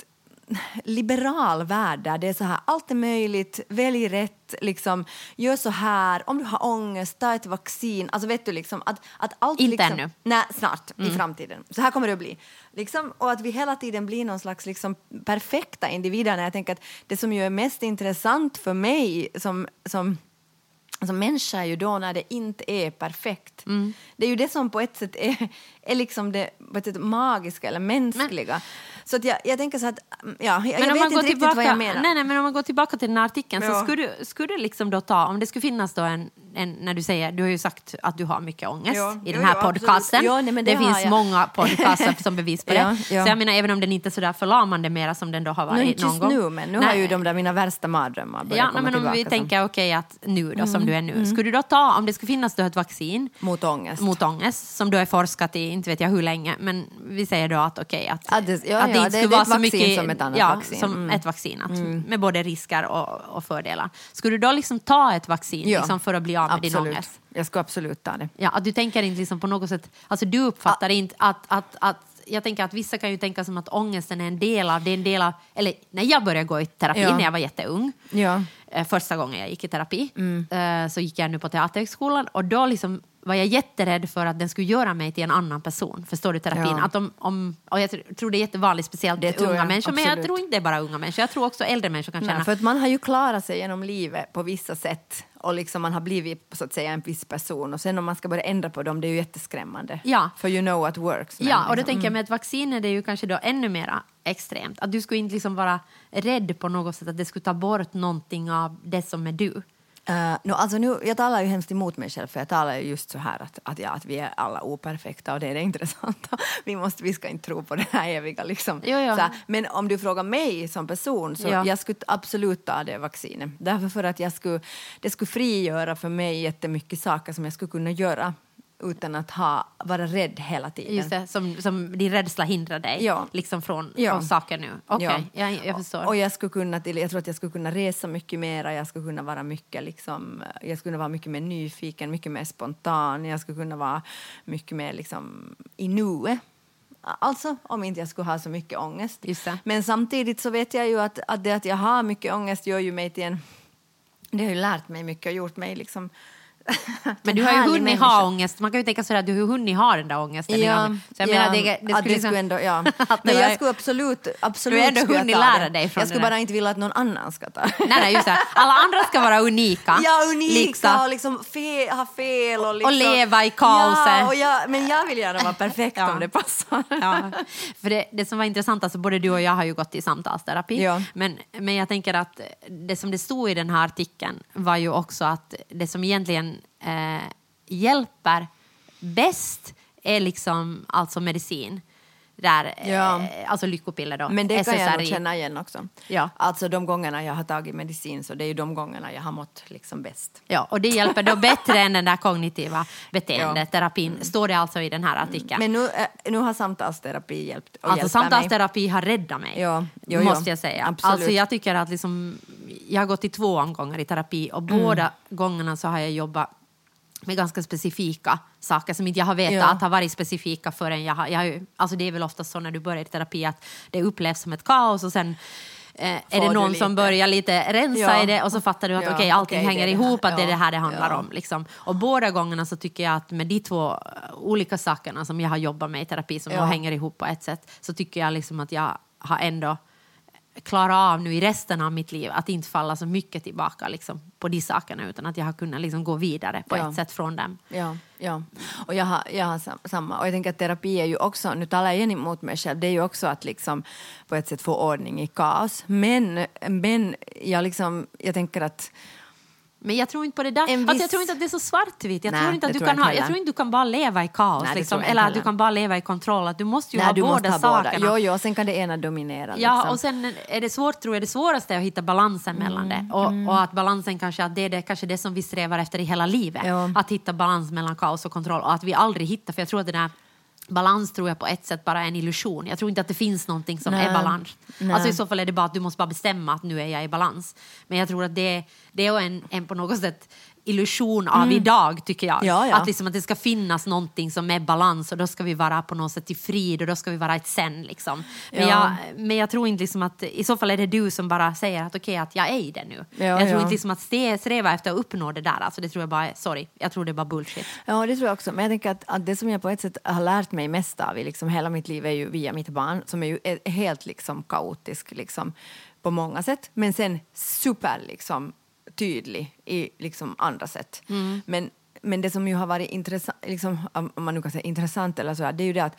liberal värld där det är så här, allt är möjligt, välj rätt, liksom, gör så här, om du har ångest, ta ett vaccin, alltså vet du liksom att, att allt Inte liksom, ännu. Nej, snart Mm. i framtiden, så här kommer det att bli liksom, och att vi hela tiden blir någon slags liksom perfekta individer. När jag tänker att det som ju är mest intressant för mig som, som Alltså människa är ju då när det inte är perfekt. Mm. Det är ju det som på ett sätt är, är liksom det på ett sätt magiska eller mänskliga. Men, så att jag, jag tänker så att, ja, jag, men jag om vet man inte går riktigt tillbaka, vad jag menar. Nej, nej, men om man går tillbaka till den här artikeln Ja. så skulle, skulle liksom då ta, om det skulle finnas då en, en, när du säger, du har ju sagt att du har mycket ångest Ja, i den jo, här jo, podcasten. ja, nej, men det det har finns jag. många podcaster som bevis på det. Ja, ja. Så jag menar, även om den inte är så där förlamande mera som den då har varit Inte någon just gång. nu, men nu Nej. har ju de där mina värsta mardrömmar börjat Ja, komma nej, men om vi tillbaka som- tänker okej att nu då, som du är nu, skulle du då ta, om det skulle finnas då ett vaccin mot ångest. mot ångest, som då är forskat i, inte vet jag hur länge, men vi säger då att okej, att, Ja, det- ja, att ja, inte det- skulle det är vara ett så vaccin mycket, som ett annat ja, vaccin. som Mm. ett vaccin, att, med både risker och, och fördelar. Skulle du då liksom ta ett vaccin Ja, liksom, för att bli av med din absolut. ångest? Jag ska absolut ta det. Ja, att du tänker inte liksom på något sätt, alltså du uppfattar inte att, att, att jag tänker att vissa kan ju tänka som att ångesten är en del av, det är en del av, eller när jag började gå i terapi Ja. när jag var jätteung, Ja. eh, första gången jag gick i terapi, Mm. eh, så gick jag nu på Teaterhögskolan och då liksom var jag jätterädd för att den skulle göra mig till en annan person. Förstår du terapin? Ja. Att om, om, och jag tr- tror det är jättevanligt, speciellt Det tror unga jag, människor, men jag absolut. tror inte det är bara unga människor. Jag tror också äldre människor kan känna. Nej, för att man har ju klarat sig genom livet på vissa sätt och liksom man har blivit så att säga en viss person och sen om man ska börja ändra på dem, det är ju jätteskrämmande. Ja. För you know what works. men Ja, och då liksom, tänker jag med ett vaccin är det ju kanske då ännu mer extremt. Att du skulle inte liksom vara rädd på något sätt att det skulle ta bort någonting av det som är du. Uh, no, alltså nu, jag talar ju hemskt emot mig själv för jag talar ju just så här att, att, ja, att vi är alla operfekta och det är det intressanta. Vi, måste, vi ska inte tro på det här eviga. Liksom. Jo, jo. Så här, men om du frågar mig som person så Ja. jag skulle absolut ta det vaccinet. Därför för att jag skulle, det skulle frigöra för mig jättemycket saker som jag skulle kunna göra utan att ha, vara rädd hela tiden. Just det, som, som din rädsla hindrar dig Ja. liksom från, Ja. från saker nu. Okej, Ja. jag, jag förstår. Och jag skulle kunna till, jag tror att jag skulle kunna resa mycket mer, jag skulle kunna vara mycket liksom, jag skulle kunna vara mycket mer nyfiken, mycket mer spontan, jag skulle kunna vara mycket mer liksom i nuet. Alltså om inte jag skulle ha så mycket ångest. Just det. Men samtidigt så vet jag ju att, att det att jag har mycket ångest gör ju mig till en, det har ju lärt mig mycket och gjort mig liksom Men du har ju hunnit ha ångest. Man kan ju tänka så att du har hunnit ha den där ångesten. Ja, en gång. Så jag ja, menar, det, det skulle att det liksom... skulle ändå, ja. Att det Men var- jag skulle absolut, absolut Du har ändå skulle jag hunnit ta lära det. dig från Jag skulle det där. bara inte vilja att någon annan ska ta det. Nej, nej, just det. Alla andra ska vara unika. Ja, unika Liksom. och liksom fe, ha fel och, liksom, Och leva i kaoset. Ja, och jag, men jag vill gärna vara perfekt Ja. om det passar. Ja, för det, det som var intressant, alltså både du och jag har ju gått i samtalsterapi, Ja. men, men jag tänker att det som det stod i den här artikeln var ju också att det som egentligen eh, hjälper bäst är liksom alltså medicin. Där, Ja. eh, alltså lyckopiller då. Men det kan jag nog S S R I. känna igen också. Ja. Alltså de gångerna jag har tagit medicin så det är ju de gångerna jag har mått liksom bäst. Ja, och det hjälper då bättre än den där kognitiva beteendeterapin. Står det alltså i den här artikeln. Men nu, eh, nu har samtalsterapi hjälpt och Alltså hjälper mig. samtalsterapi har räddat mig, Ja, jo, jo. måste jag säga. Absolut. Alltså jag tycker att liksom, jag har gått i två omgångar i terapi och Mm. båda gångerna så har jag jobbat med ganska specifika saker som inte jag har vetat Ja. att har varit specifika förrän jag har, jag har ju, alltså det är väl ofta så när du börjar i terapi att det upplevs som ett kaos och sen eh, är det Får du någon lite- som börjar lite rensa Ja. i det och så fattar du att Ja, okej, allting okej, det hänger är det här. ihop, att det är Ja. det här det handlar Ja. om. Liksom. Och båda gångerna så tycker jag att med de två eh, olika sakerna som jag har jobbat med i terapi som Ja. då hänger ihop på ett sätt, så tycker jag liksom att jag har ändå klara av nu i resten av mitt liv att inte falla så mycket tillbaka liksom, på de sakerna utan att jag har kunnat liksom, gå vidare på Ja. ett sätt från dem. Ja, ja. Och jag har, jag har sam- samma. Och jag tänker att terapi är ju också, nu talar jag igen emot mig själv, det är ju också att liksom på ett sätt få ordning i kaos. Men, men jag, liksom, jag tänker att Men jag tror inte på det där. En Alltså, viss- jag tror inte att det är så svartvitt. Jag Nej, tror inte att det du tror kan jag ha, inte jag tror heller. inte du kan bara leva i kaos Nej, det liksom, tror jag eller inte att du heller. kan bara leva i kontroll. Att du måste ju nej, ha du båda måste ha sakerna. båda. Jo, jo, sen kan det ena dominera. Ja, liksom. och sen är det svårt, tror jag, det svåraste är att hitta balansen mellan det. Och, och att balansen kanske, att det är det, kanske det som vi strävar efter i hela livet. Ja. Att hitta balans mellan kaos och kontroll. Och att vi aldrig hittar, för jag tror att den här balans tror jag på ett sätt bara är en illusion. Jag tror inte att det finns någonting som Nej. är balans. Nej. Alltså i så fall är det bara att du måste bara bestämma att nu är jag i balans. Men jag tror att det, det är en, en på något sätt illusion av idag, tycker jag. Ja, ja. Att, liksom, att det ska finnas någonting som är balans och då ska vi vara på något sätt i frid och då ska vi vara ett sen. Liksom. Men, Ja. jag, men jag tror inte liksom att i så fall är det du som bara säger att okej, okay, att jag är i det nu. Ja, jag tror ja. inte liksom att ste- sträva efter att uppnå det där. Alltså, det tror jag bara är, sorry, jag tror det är bara bullshit. Ja, det tror jag också. Men jag tänker att, att det som jag på ett sätt har lärt mig mest av i liksom hela mitt liv är ju via mitt barn, som är ju är helt liksom kaotisk liksom, på många sätt. Men sen super liksom tydlig i liksom andra sätt. Men, men det som ju har varit intressant, liksom, om man nu kan säga intressant eller så här, det är ju det att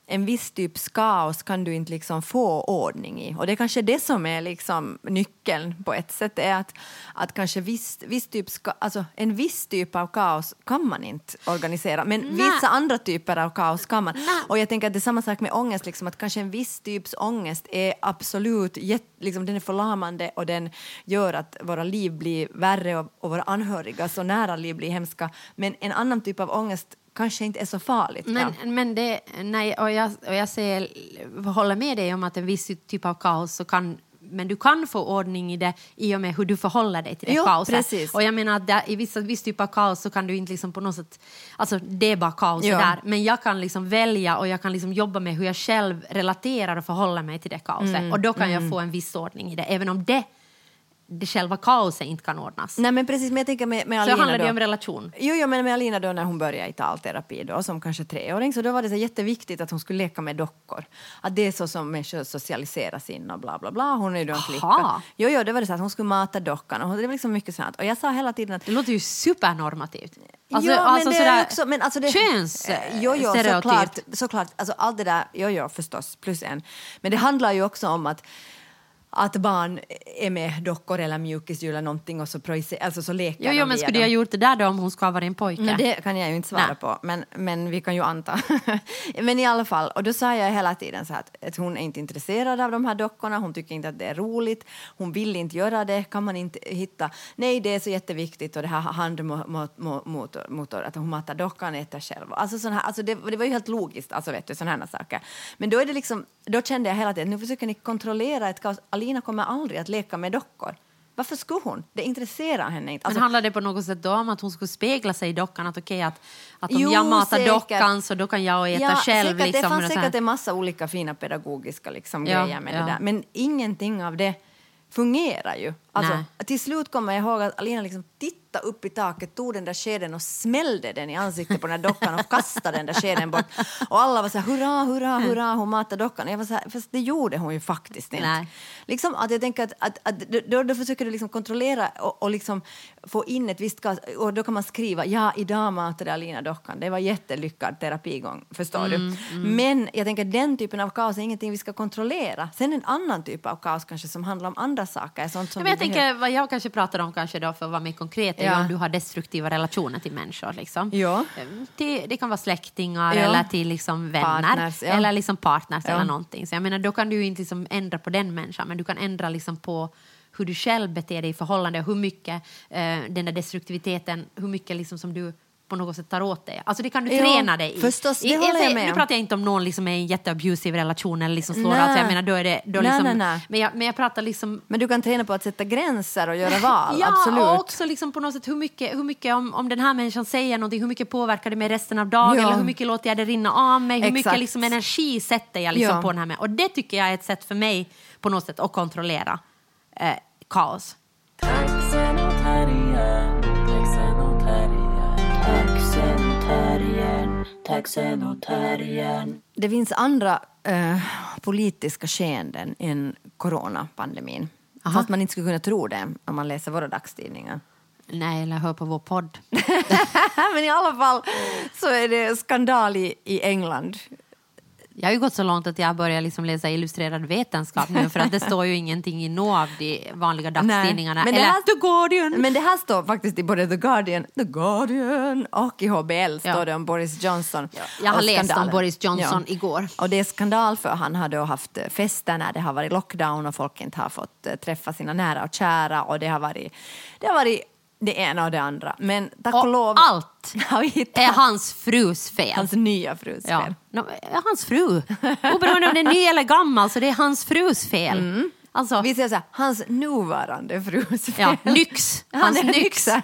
en viss typs kaos kan du inte liksom få ordning i. Och det är kanske det som är liksom nyckeln på ett sätt, är att, att kanske viss, viss typ ska, alltså en viss typ av kaos kan man inte organisera, men Nej. vissa andra typer av kaos kan man. Nej. Och jag tänker att det är samma sak med ångest, liksom, att kanske en viss typs ångest är absolut jätt, liksom, den är förlamande och den gör att våra liv blir värre och, och våra anhöriga så nära liv blir hemska. Men en annan typ av ångest kanske inte är så farligt. Men, ja. men det, nej, och jag, och jag säger, håller med dig om att en viss typ av kaos så kan, men du kan få ordning i det i och med hur du förhåller dig till det jo, kaoset. Precis. Och jag menar att där, i vissa viss typ av kaos så kan du inte liksom på något sätt, alltså det är bara kaos jo. där, men jag kan liksom välja och jag kan liksom jobba med hur jag själv relaterar och förhåller mig till det kaoset. Mm, och då kan mm. jag få en viss ordning i det, även om det det själva kaoset inte kan ordnas. Nej, men precis, men jag tänker med, med så Alina handlar det då, om relation. Jo, jo, men med Alina då när hon började i talterapi då, som kanske treåring, så då var det så jätteviktigt att hon skulle leka med dockor. Att det är så som människor socialiseras in och bla bla bla. Hon är ju då en flicka. Jo, jo, det var det så att hon skulle mata dockan och det var liksom mycket sånt. Och jag sa hela tiden att Det låter ju supernormativt. Alltså, jo, alltså men det sådär, är också, men alltså det, köns jo, jo, stereotypt. såklart, såklart, alltså allt det där, jo, jo, förstås, plus en. Men det handlar ju också om att att barn är med dockor eller mjukisdjur eller någonting och så, projicer- alltså så leker Jo, de jo, men via skulle dem. jag gjort det där då om hon ska vara en pojke? Men det kan jag ju inte svara Nej. på, men, men vi kan ju anta. Men i alla fall, och då sa jag hela tiden så att, att hon är inte intresserad av de här dockorna, hon tycker inte att det är roligt, hon vill inte göra det, kan man inte hitta, nej det är så jätteviktigt och det här handmotor, motor, att hon matar dockan äter själv. Alltså, sån här, alltså det, det var ju helt logiskt, alltså vet du, sådana här saker. Men då är det liksom, då kände jag hela tiden, nu försöker ni kontrollera ett kaos, Alina kommer aldrig att leka med dockor. Varför skulle hon? Det intresserar henne inte. Alltså, men handlar det på något sätt då om att hon skulle spegla sig i dockan? Att okej, att, att om Jo, jag matar säkert. dockan så då kan jag äta ja, själv. Säkert, Liksom, det fanns och så här. säkert en massa olika fina pedagogiska liksom, Ja, grejer med ja. det där. Men ingenting av det fungerar ju. Alltså, Nej. till slut kommer jag ihåg att Alina liksom tittade upp i taket, tog den där skeden och smällde den i ansiktet på den där dockan och kastade den där skeden bort. Och alla var så här, hurra, hurra, hurra, hon matar dockan. Jag var så här, fast det gjorde hon ju faktiskt inte. Nej. Liksom att jag tänker att, att, att då, då försöker du liksom kontrollera och, och liksom få in ett visst kaos. Och då kan man skriva, ja, idag matade Alina dockan. Det var jättelyckad terapigång, förstår Mm, du? Mm. Men jag tänker att den typen av kaos är ingenting vi ska kontrollera. Sen en annan typ av kaos kanske som handlar om andra saker. Sånt som Ja, men jag vi tänker, vad jag kanske pratar om kanske då för att vara mer konkret är Ja. ju om du har destruktiva relationer till människor. Liksom. Ja. Till, det kan vara släktingar Ja. eller till liksom vänner Partners, ja. eller liksom partners Ja. eller någonting. Så jag menar, då kan du ju inte liksom ändra på den människan, men du kan ändra liksom på hur du själv beter dig i förhållande och hur mycket eh, den där destruktiviteten, hur mycket liksom som du på något sätt tar åt dig. Alltså det kan du Ja, träna dig i. förstås, det I, håller jag säger- med Nu om. pratar jag inte om någon liksom är i en jätteabusive relation eller liksom slår Nej. alltså jag menar då är det då Nej, liksom, nej, nej. Men, jag, men jag pratar liksom Men du kan träna på att sätta gränser och göra val, ja, absolut. och också liksom på något sätt hur mycket, hur mycket om, om den här människan säger någonting, hur mycket påverkar det mig resten av dagen, Ja. eller hur mycket låter jag det rinna av mig, hur Exakt. mycket liksom energi sätter jag liksom Ja. på den här med. Och det tycker jag är ett sätt för mig på något sätt att kontrollera eh, kaos. Taxen och terriern, taxen och terriern, taxen och terriern, taxen och terriern. Det finns andra eh, politiska skeenden än coronapandemin. Aha. Fast man inte skulle kunna tro det om man läser våra dagstidningar. Nej, eller hör på vår podd. Men i alla fall så är det skandal i, i England. Jag har ju gått så långt att jag börjar liksom läsa illustrerad vetenskap nu, för att det står ju ingenting i några av de vanliga dagstidningarna. Nej, men det eller här- The Guardian. Men det här står faktiskt i både The Guardian, The Guardian och i H B L står Ja. det om Boris Johnson. Jag har och läst om skandalen. Boris Johnson Ja. igår. Och det är skandal för han har då haft fester när det har varit lockdown och folk inte har fått eh, träffa sina nära och kära, och det har varit det har varit det ena och det andra. Men tack och, Och lov allt har vi hittat är hans frus fel. hans nya frus Ja. fel. No, hans fru. Oberoende om det är ny eller gammal så det är hans frus fel. Mm. Alltså, Vi säger så här, hans nuvarande frus fel. ja, nyx. Han Hans är nyx. nyxa.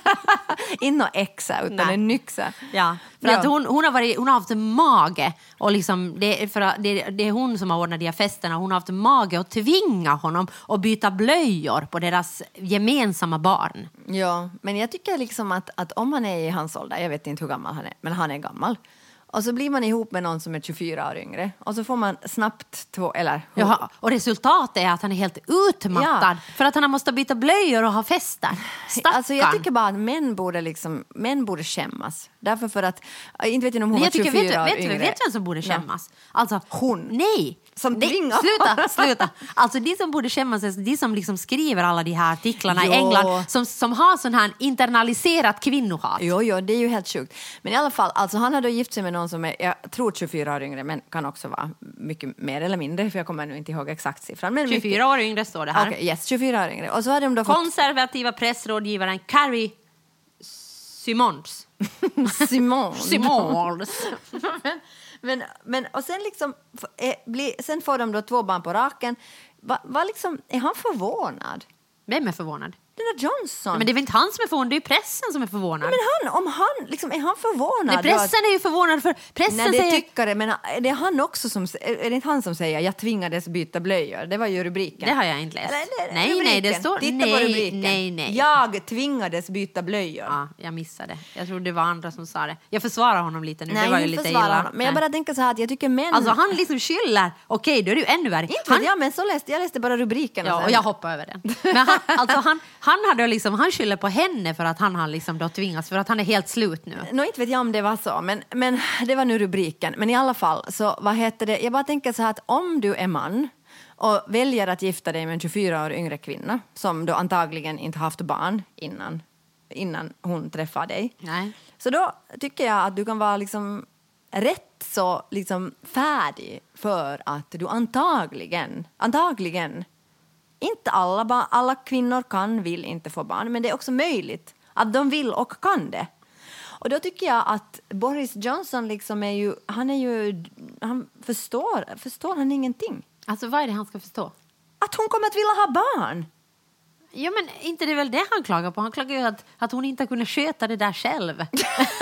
Inte någon exa utan Nej. en nyxa. Ja, för Ja. att hon, hon, har varit, hon har haft mage och liksom, det, är för att det, det är hon som har ordnat de här festerna. Hon har haft mage att tvinga honom att byta blöjor på deras gemensamma barn. Ja, men jag tycker liksom att, att om han är i hans ålder, jag vet inte hur gammal han är, men han är gammal. Och så blir man ihop med någon som är tjugofyra år yngre. Och så får man snabbt två, eller... Jaha, och resultatet är att han är helt utmattad. Ja. För att han måste byta blöjor och ha fester. Stackarn. Alltså jag tycker bara att män borde, liksom, män borde skämmas. Därför för att, inte vet jag om hon Nej, var jag tycker, tjugofyra vet, år vet, vet, yngre. vet vem som borde skämmas? Alltså, Hon. Nej. Som Nej, tvingar. Sluta, sluta. Alltså de som borde skämmas är de som liksom skriver alla de här artiklarna Jo. i England. Som, som har sån här internaliserat kvinnohat. Jo, jo, det är ju helt sjukt. Men i alla fall, alltså han hade gift sig med någon som är, jag tror tjugofyra år yngre, men kan också vara mycket mer eller mindre, för jag kommer nu inte ihåg exakt siffran. Men tjugofyra mycket... år yngre står det här. Okej, okay, yes, tjugofyra år yngre. Och så hade de då fått... Konservativa pressrådgivaren Carrie Simons. Simon. Simons. men, men, men, och sen liksom, är, bli, sen får de då två barn på raken. Va, va liksom, är han förvånad? Vem är förvånad? Den där Johnson. Men det är väl inte han som är förvånad, det är pressen som är förvånad. Men han, om han, liksom, är han förvånad? Nej, pressen är ju förvånad för pressen Nej, det säger... tycker det, men det är han också som, är det inte han som säger jag tvingades byta blöjor? Det var ju rubriken. Det har jag inte läst. Eller, eller, nej, rubriken. nej, det står... Titta nej, på rubriken. nej, nej. Jag tvingades byta blöjor. Ja, jag missade. Jag tror det var andra som sa det. Jag försvarar honom lite nu, Nej, det var ju inte lite försvara illa. honom. Men jag bara tänker så här att jag tycker män... Alltså han liksom skyller. Okej, då är det ju ännu värre. Inte Han... vet jag, men så läste, jag läste bara rubriken. Ja, sen. och jag hoppar över den. Men han, alltså han, han hade liksom, han skyller på henne för att han har liksom då tvingats, för att han är helt slut nu. Nå, inte vet jag om det var så, men, men det var nu rubriken. Men i alla fall, så vad heter det? Jag bara tänker så här att om du är man och väljer att gifta dig med en tjugofyra år yngre kvinna som då antagligen inte haft barn innan, innan hon träffar dig. Nej. Så då tycker jag att du kan vara liksom rätt så liksom färdig för att du antagligen, antagligen inte alla, ba- alla kvinnor kan, vill inte få barn, men det är också möjligt att de vill och kan det. Och då tycker jag att Boris Johnson liksom är ju, han är ju, han förstår, förstår han ingenting. Alltså vad är det han ska förstå? Att hon kommer att vilja ha barn. Ja, men inte det är väl det han klagar på. Han klagar ju att, att hon inte kunde sköta det där själv. Det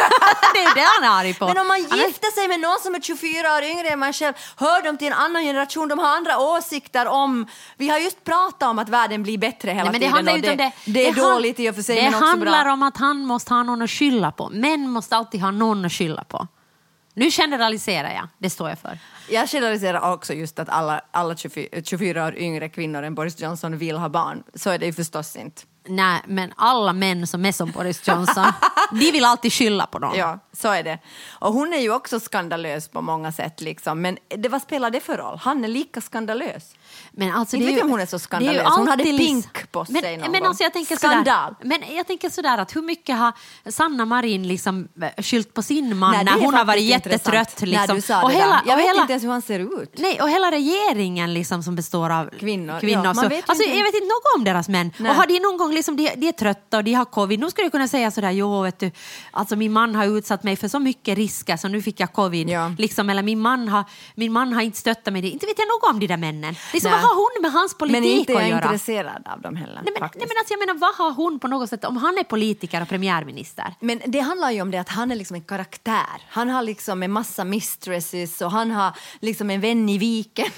är det han är arg på. Men om man Han är- gifter sig med någon som är tjugofyra år yngre än man själv, hör de till en annan generation, de har andra åsikter om, vi har just pratat om att världen blir bättre hela Nej, men det tiden. handlar och ju inte om det. det är han- dåligt i och för sig, det men också handlar bra. om att han måste ha någon att skylla på. Män måste alltid ha någon att skylla på. Nu generaliserar jag, det står jag för. Jag generaliserar också just att alla, alla tjugofyra, tjugofyra år yngre kvinnor än Boris Johnson vill ha barn. Så är det ju förstås inte. Nej, men alla män som är som Boris Johnson, de vill alltid skylla på dem. Ja, så är det. Och hon är ju också skandalös på många sätt liksom. Men det, vad spelar det för roll? Han är lika skandalös. Men alltså, Inte det är vet ju, jag om hon är så det skandalös. ju Hon hade alltid pink på men, sig någon men gång. alltså jag tänker Skandal. Sådär, men jag tänker sådär att hur mycket har Sanna Marin liksom skylt på sin man Nej, det när är hon har varit faktiskt jättetrött intressant liksom. när du sa och det hela, där. Jag och vet hela, inte ens hur han ser ut. Nej, och hela regeringen liksom som består av Kvinnor. kvinnor Ja, man så, vet ju alltså, inte. jag vet inte något om deras män. Nej. Och har de någon gång liksom, de, de är trötta och de har covid. Nu skulle jag kunna säga sådär, jo vet du, alltså min man har utsatt mig för så mycket risker så nu fick jag covid. Ja. Liksom, eller min man, har, min man har inte stöttat mig. Inte vet jag något om de där männen. Det är som, Nej. vad har hon med hans politik Men inte är att jag göra? intresserad av dem heller. Nej men, nej faktiskt. men alltså jag menar, vad har hon på något sätt, om han är politiker och premiärminister? Men det handlar ju om det att han är liksom en karaktär. Han har liksom en massa mistresses och han har liksom en vän i viken.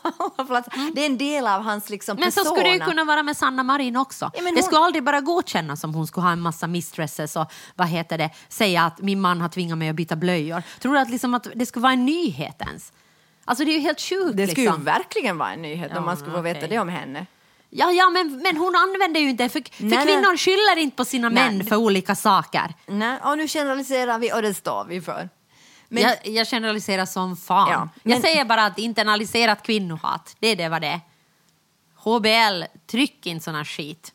Det är en del av hans liksom Men så persona. skulle det ju kunna vara med Sanna Marin också. Ja, men det hon- skulle aldrig bara godkännas om hon skulle ha en massa mistresses och vad heter det, säga att min man har tvingat mig att byta blöjor. Tror du att, liksom att det skulle vara en nyhet ens? Alltså det är ju helt sjukt. Det skulle liksom. ju verkligen vara en nyhet Ja, om man skulle få veta okej. det om henne. Ja, ja men, men hon använder ju inte, för, för Nej, nej. kvinnor skyller inte på sina Nej. män för olika saker. Nej, och nu generaliserar vi och det står vi för. Men, Jag, jag generaliserar som fan. Ja, men- Jag säger bara att internaliserat kvinnohat, det är det vad det är. H B L, tryck in sån här skit.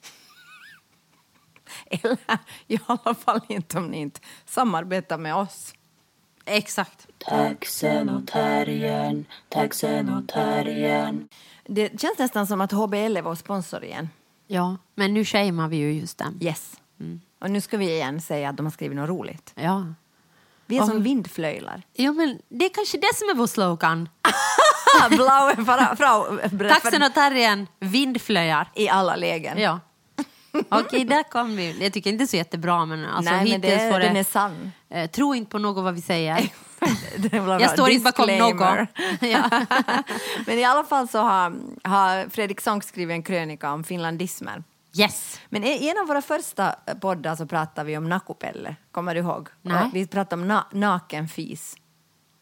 eller i alla fall inte om ni inte samarbetar med oss. Exakt. Taxen och terriern, taxen och terriern. Det känns nästan som att H B L är vår sponsor igen. Ja, men nu shamear vi ju just den. Yes. Och nu ska vi igen säga att de har skrivit något roligt. Ja. Vi är Och- som vindflöjlar. Jo, men det är kanske det som är vår slogan. Blaue fra, frau, Taxen och terriern, vindflöjar. i alla lägen. Ja. Okej, där kom vi. Jag tycker inte det är så jättebra, men alltså Nej, men det, hittills får det... den är sann. Eh, tro inte på något vad vi säger. Det är bra. Jag står inte bakom Disclaimer. något. Ja. Men i alla fall så har, har Fredrik Sonck skrivit en krönika om finlandismer. Yes. Men i en av våra första poddar så pratade vi om nakupelle. Kommer du ihåg? Nej. Och vi pratade om na- nakenfis.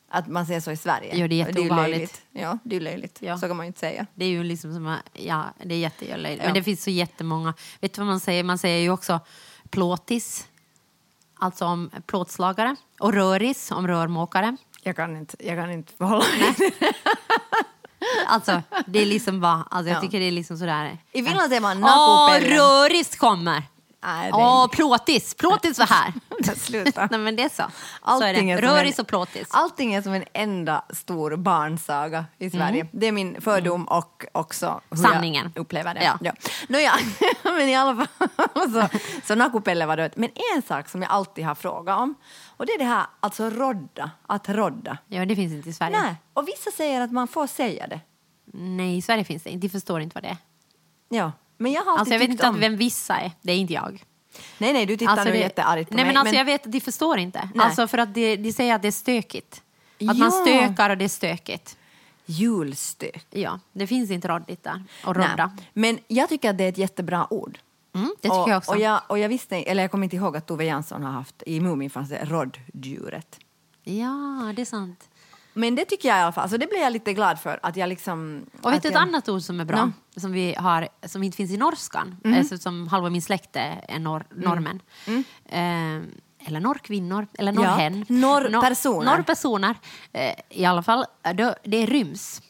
Att man ser så i Sverige. Jo, det är jätteovanligt. Ja, det är löjligt. Ja. Så kan man ju inte säga. Det är ju liksom som, ja, det är jättelöjligt. Ja. Men det finns så jättemånga. Vet du vad man säger? Man säger ju också plåtis. Alltså om plåtslagare. Och röris om rörmåkare. Jag kan inte, jag kan inte förhålla mig. Alltså, det är liksom bara, alltså jag Ja. tycker det är liksom sådär. I Finland säger man Åh, nakopellen. röris kommer! Nej, det Åh, är plåtis! Plåtis var här! Sluta. Nej, men det är så. Så är Allting det. är som Röris en- och plåtis. Allting är som en enda stor barnsaga i Sverige. Det är min fördom och också hur Sanningen. jag upplever det. Ja. Ja. Nåja, men i alla fall så, så nakupelle var det. Men en sak som jag alltid har frågat om, och det är det här, alltså rodda, att rodda. Ja, det finns inte i Sverige. Nej, och vissa säger att man får säga det. Nej, i Sverige finns det inte. De förstår inte vad det är. Ja, men jag har alltid Alltså jag vet tyckt inte om... att vem vissa är. Det är inte jag. Nej, nej, du tittar Alltså, nu det- jätteargt på Nej, mig. men alltså jag vet att de förstår inte. Nej. Alltså för att de, de säger att det är stökigt. Att Ja. man stökar och det är stökigt. Julstök. Ja, det finns inte roddigt där. Och rodda. Nej. Men jag tycker att det är ett jättebra ord. Mm, det tycker och, jag också. Och jag, och jag visste, eller jag kommer inte ihåg att Tove Jansson har haft, i Mumin fanns det råddjuret. Ja, det är sant. Men det tycker jag i alla fall, så det blir jag lite glad för att jag liksom... Och vet att du ett jag, annat ord som är bra? No. Som vi har, som inte finns i norskan. Mm. Alltså, som halva min släkt är nor- norrmän. Eh, eller norrkvinnor. Eller Ja, norrhen. norrpersoner. Nor- norrpersoner. Eh, I alla fall, då, det är ryms.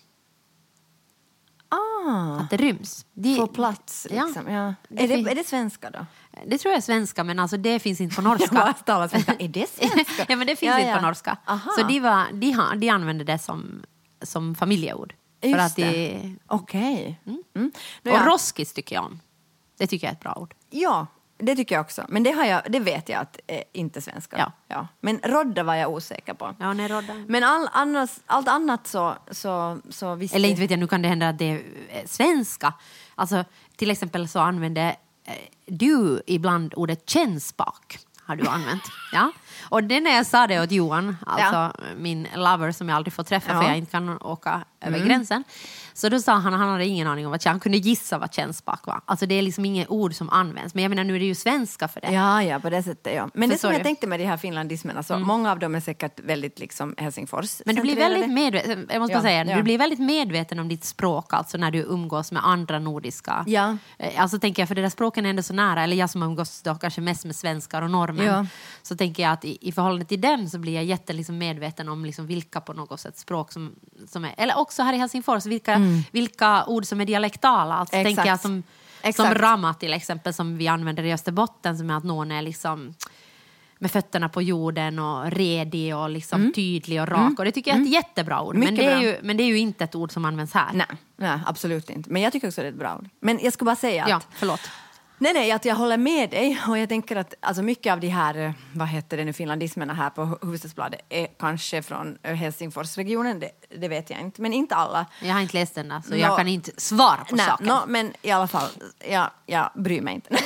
Ah, Att det ryms. Det, få plats liksom. Ja. Ja. Det Är, fin- det, är det svenska då? det tror jag är svenska, men alltså det finns inte på Jag norska. bara talar svenska. Är det svenska? Ja, men det finns Ja, inte ja. på norska. Aha. Så de, var, de, har, de använder det som, som familjeord. För Just att de, det. Okej. Mm. Mm. Nå, Och ja. roskis tycker jag om. Det tycker jag är ett bra ord. Ja, det tycker jag också. Men det, har jag, det vet jag att är inte svenska. Ja. Ja. Men rodda var jag osäker på. Ja, nej, rodda. Men all, annars, allt annat så, så, så visst... Eller inte vet jag, nu kan det hända att det är eh, svenska. Alltså, till exempel så använder eh, du ibland ordet kännspak. Har du använt. Ja. Och det när jag sa det åt Johan, alltså min lover som jag aldrig får träffa Ja. för jag inte kan åka över gränsen. Så då sa han att han hade ingen aning om vad han kunde gissa vad kännspak var. Alltså det är liksom inget ord som används. Men jag menar, nu är det ju svenska för det. Ja, ja, på det sättet, ja. Men det Förstår som jag du? tänkte med de här finlandismerna, så många av dem är säkert väldigt liksom Helsingfors. Men du blir centrerade. väldigt medveten, jag måste Ja, säga, ja. du blir väldigt medveten om ditt språk alltså när du umgås med andra nordiska. Ja. Eh, Alltså tänker jag, för deras språken är ändå så nära, eller jag som umgås då kanske mest med svenskar och norrmän. Ja. Så tänker jag att i, i förhållande till dem så blir jag jätte liksom medveten om liksom vilka på något sätt språk som, som är, eller också här i Helsingfors, vilka, vilka ord som är dialektala. Alltså Exakt. tänker jag som, som Exakt. rama till exempel som vi använder i Österbotten, som är att någon är liksom med fötterna på jorden och redig och liksom tydlig och rak. Och det tycker jag är ett jättebra ord. Men Mycket det, är bra. ju, men det är ju inte ett ord som används här. Nej, nej, absolut inte. Men jag tycker också det är ett bra ord. Men jag ska bara säga att... Ja, förlåt. Nej, nej, att jag håller med dig. Och jag tänker att alltså mycket av de här, eh, vad heter det nu, finlandismerna här på Hufvudstadsbladet är kanske från eh, Helsingforsregionen, det, det vet jag inte. Men inte alla. Jag har inte läst den där, så Nå- jag kan inte svara på Nej, saken. nå, men i alla fall, jag, jag bryr mig inte.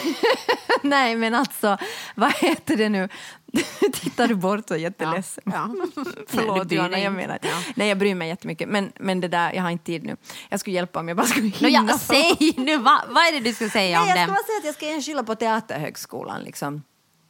Nej, men alltså, vad heter det nu? Tittar du bort och är jätteledsen. Ja. Nej, Förlåt, du bryr Johanna, dig jag inte. menar. Ja. Nej, jag bryr mig jättemycket. Men, men det där, jag har inte tid nu. Jag skulle hjälpa om jag bara skulle Nå, hinna. ja, säg nu, vad, vad är det du ska säga Nej, om jag ska dem? bara säga att jag ska ge en skylla på Teaterhögskolan, liksom.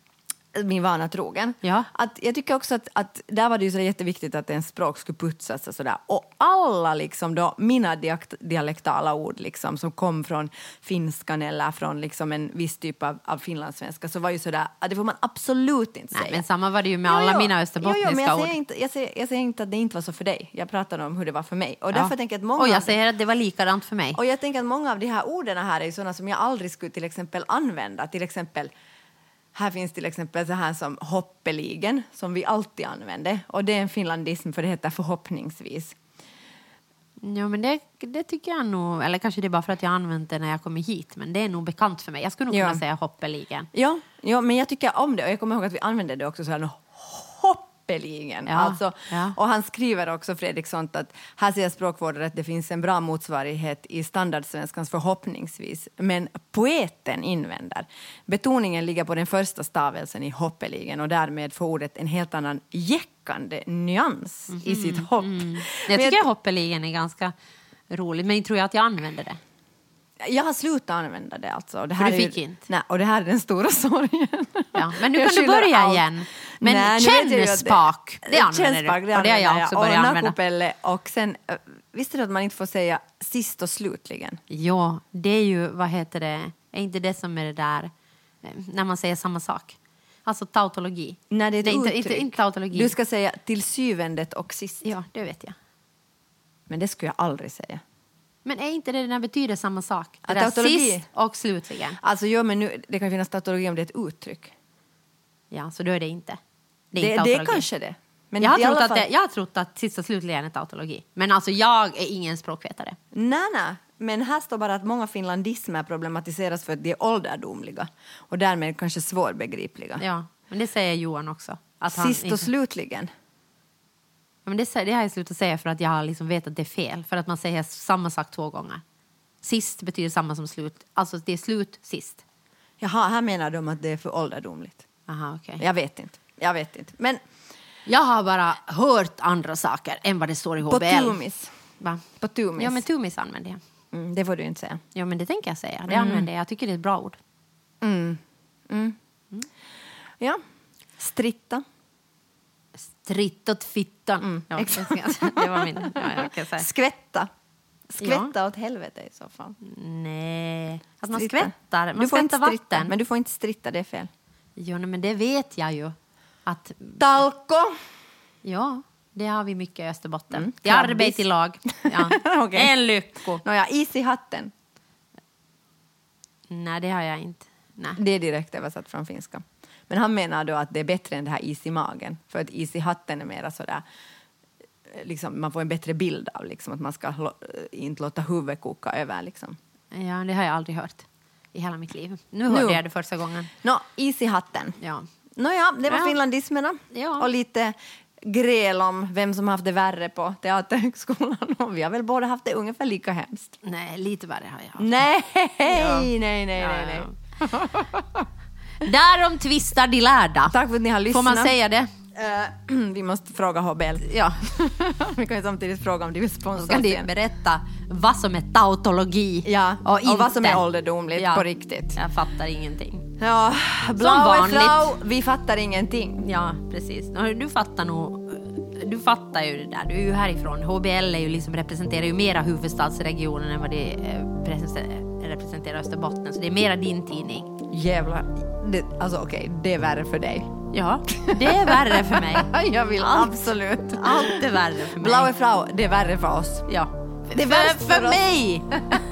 Min vana trogen. Ja. Att jag tycker också att, att där var det ju så jätteviktigt att en språk skulle putsas och sådär. Och alla liksom då, mina diakt, dialektala ord liksom, som kom från finskan eller från liksom en viss typ av, av finlandssvenska, så var ju sådär, att det får man absolut inte Nej, säga. men samma var det ju med Jo, alla jo. mina Jo, jo, österbottniska men jag ord. säger, inte, jag, säger, jag säger inte att det inte var så för dig. Jag pratar om hur det var för mig. Och Ja. därför tänker jag att många Och jag av- säger att det var likadant för mig. och jag tänker att många av de här orden här är ju sådana som jag aldrig skulle till exempel använda. Till exempel, här finns till exempel så här som hoppeligen, som vi alltid använder. Och det är en finlandism, för det heter förhoppningsvis. Ja, men det, det tycker jag nog, eller kanske det är bara för att jag använt det när jag kommer hit, men det är nog bekant för mig. Jag skulle nog Ja. kunna säga hoppeligen. Ja, ja, men jag tycker om det. Och jag kommer ihåg att vi använde det också så här hoppeligen. Ja, Alltså, ja. Och han skriver också, Fredriksson, att här säger språkvårdare att det finns en bra motsvarighet i standardsvenskans förhoppningsvis. Men poeten invänder. Betoningen ligger på den första stavelsen i hoppeligen och därmed får ordet en helt annan jäckande nyans i sitt hopp. Jag Men tycker jag hoppeligen är ganska roligt, men jag tror jag att jag använder det. Jag har slutat använda det alltså. Och det För här du är ju- fick inte? Nej, och det här är den stora sorgen. Ja, men nu Jag kan du skyller börja allt. igen. Men Nej, nu vet jag ju att kännespak, det, det använder kännespak, du. Och det har jag också börjat och använda. nakupelle, och sen, äh, visste du att man inte får säga sist och slutligen? Ja, det är ju, vad heter det, är inte det som är det där, eh, när man säger samma sak. Alltså tautologi. Nej, det är ett Nej, inte, uttryck. inte, inte tautologi. Du ska säga till syvendet och sist. Ja, det vet jag. Men det skulle jag aldrig säga. Men är inte det den här betyder samma sak? Det Att där tautologi- sist och slutligen. Alltså, jo, men nu, det kan finnas tautologi om det är ett uttryck. Ja, så då är det inte. Det är Det, inte det är tautologi. kanske det. Men jag, har i alla trott att fall- det, jag har trott att sist och slutligen är tautologi. Men alltså jag är ingen språkvetare. Nej, nej. Men här står bara att många finlandismer problematiseras för att de är ålderdomliga och därmed kanske svårbegripliga. Ja, men det säger Johan också. Att han Sist och inte- slutligen. Ja, men det, säger- det har jag slutat säga för att jag har liksom vet att det är fel. För att man säger samma sak två gånger. Sist betyder samma som slut. Alltså det är slut sist. Jaha, här menar de att det är för ålderdomligt. Aha, okej. Jag vet inte. Jag vet inte. Men Jag har bara hört andra saker än vad det står i H på B L. tumis. Va? På tumis. Ja, men tumis använder jag. Mm, det får du inte säga. Ja, men det tänker jag säga. Det använder jag. Jag tycker det är ett bra ord. Mm. Mm. Ja. Stritta. Stritt åt fittan. Mm, Ja, exakt. det var min. Ja, jag kan säga. Skvätta. Skvätta åt helvete i så fall. Nej. Att man Stritta. skvättar. Man Du får inte skvättar stritta, vatten. men du får inte stritta, det är fel. Jo, nej, men det vet jag ju. Att, Talko. ja, det har vi mycket i Österbotten. Mm, Det är krabbis. arbete i lag. Ja. Okej. En lycko. Nåja, is i hatten. Nej, det har jag inte. Nej. Det är direkt översatt från finska. Men han menar då att det är bättre än det här is i magen. För att is i hatten är mera sådär, liksom, man får en bättre bild av liksom, att man ska lo- inte låta huvudet koka över. Liksom. Ja, det har jag aldrig hört i hela mitt liv. Nu hörde Nu. jag det första gången. Nå, is i hatten. Ja. Nåja, det var Ja. finlandismerna. Ja. Och lite gräl om vem som haft det värre på Teaterhögskolan. Och vi har väl båda haft det ungefär lika hemskt. Nej, lite värre har jag haft. Nej, Ja. nej, nej, nej, Ja, nej. ja. Därom tvistar de lärda. Tack för att ni har lyssnat. Får man säga det? Eh, vi måste fråga H B L. Ja. Vi kan ju samtidigt fråga om de vill Då sponsra ska oss de igen. berätta vad som är tautologi. Ja, och, och, inte. vad som är ålderdomligt Ja. på riktigt. Jag fattar ingenting. Ja, blaue vanligt. Frau, vi fattar ingenting. Ja, precis. Nå, Du fattar nog. Du fattar ju det där. Du är ju härifrån. H B L är ju liksom, representerar ju mera huvudstadsregionen än vad det eh, represen- representerar Österbotten. Så det är mera din tidning. Jävlar. Det, alltså okej, det är värre för dig. Ja, det är värre för mig. Jag vill Allt. absolut. Allt är värre för mig. Blaue Frau, det är värre för oss. Ja. Det är för, värst för för oss. mig!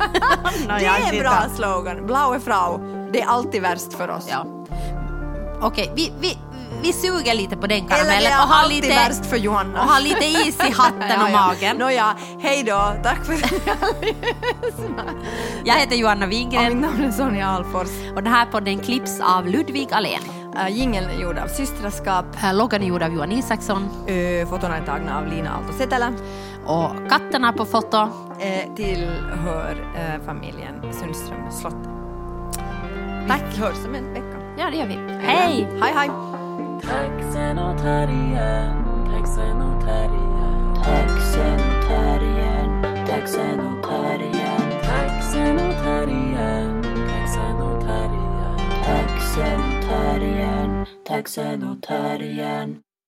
Det är en bra slogan. Blaue Frau, det är alltid värst för oss. Ja. Okej, vi, vi, vi suger lite på den Eller det karamellen är och har alltid lite, värst för Johanna. och har lite is i hatten och magen. Nåja, hej då. Tack för att ni har lyssnat. Jag heter Johanna Och mitt Wingren namn är Sonja Alfors. och den här podden klipps av Ludvig Alén. Uh, Jingeln är gjord av Systraskap. Äh, Loggan är gjord av Johan Isaksson Uh, fotona är tagna av Lina Aalto-Setälä. och katterna på foto. Uh, tillhör uh, familjen Sundström slott. Tack. Vi hörs om en vecka. Ja, det gör vi. Hej! Hej, hej. Taxen och terriern, taxen och terriern, taxen och terriern, taxen och terriern, taxen och terriern, taxen och terriern, taxen och terriern, taxen och terriern.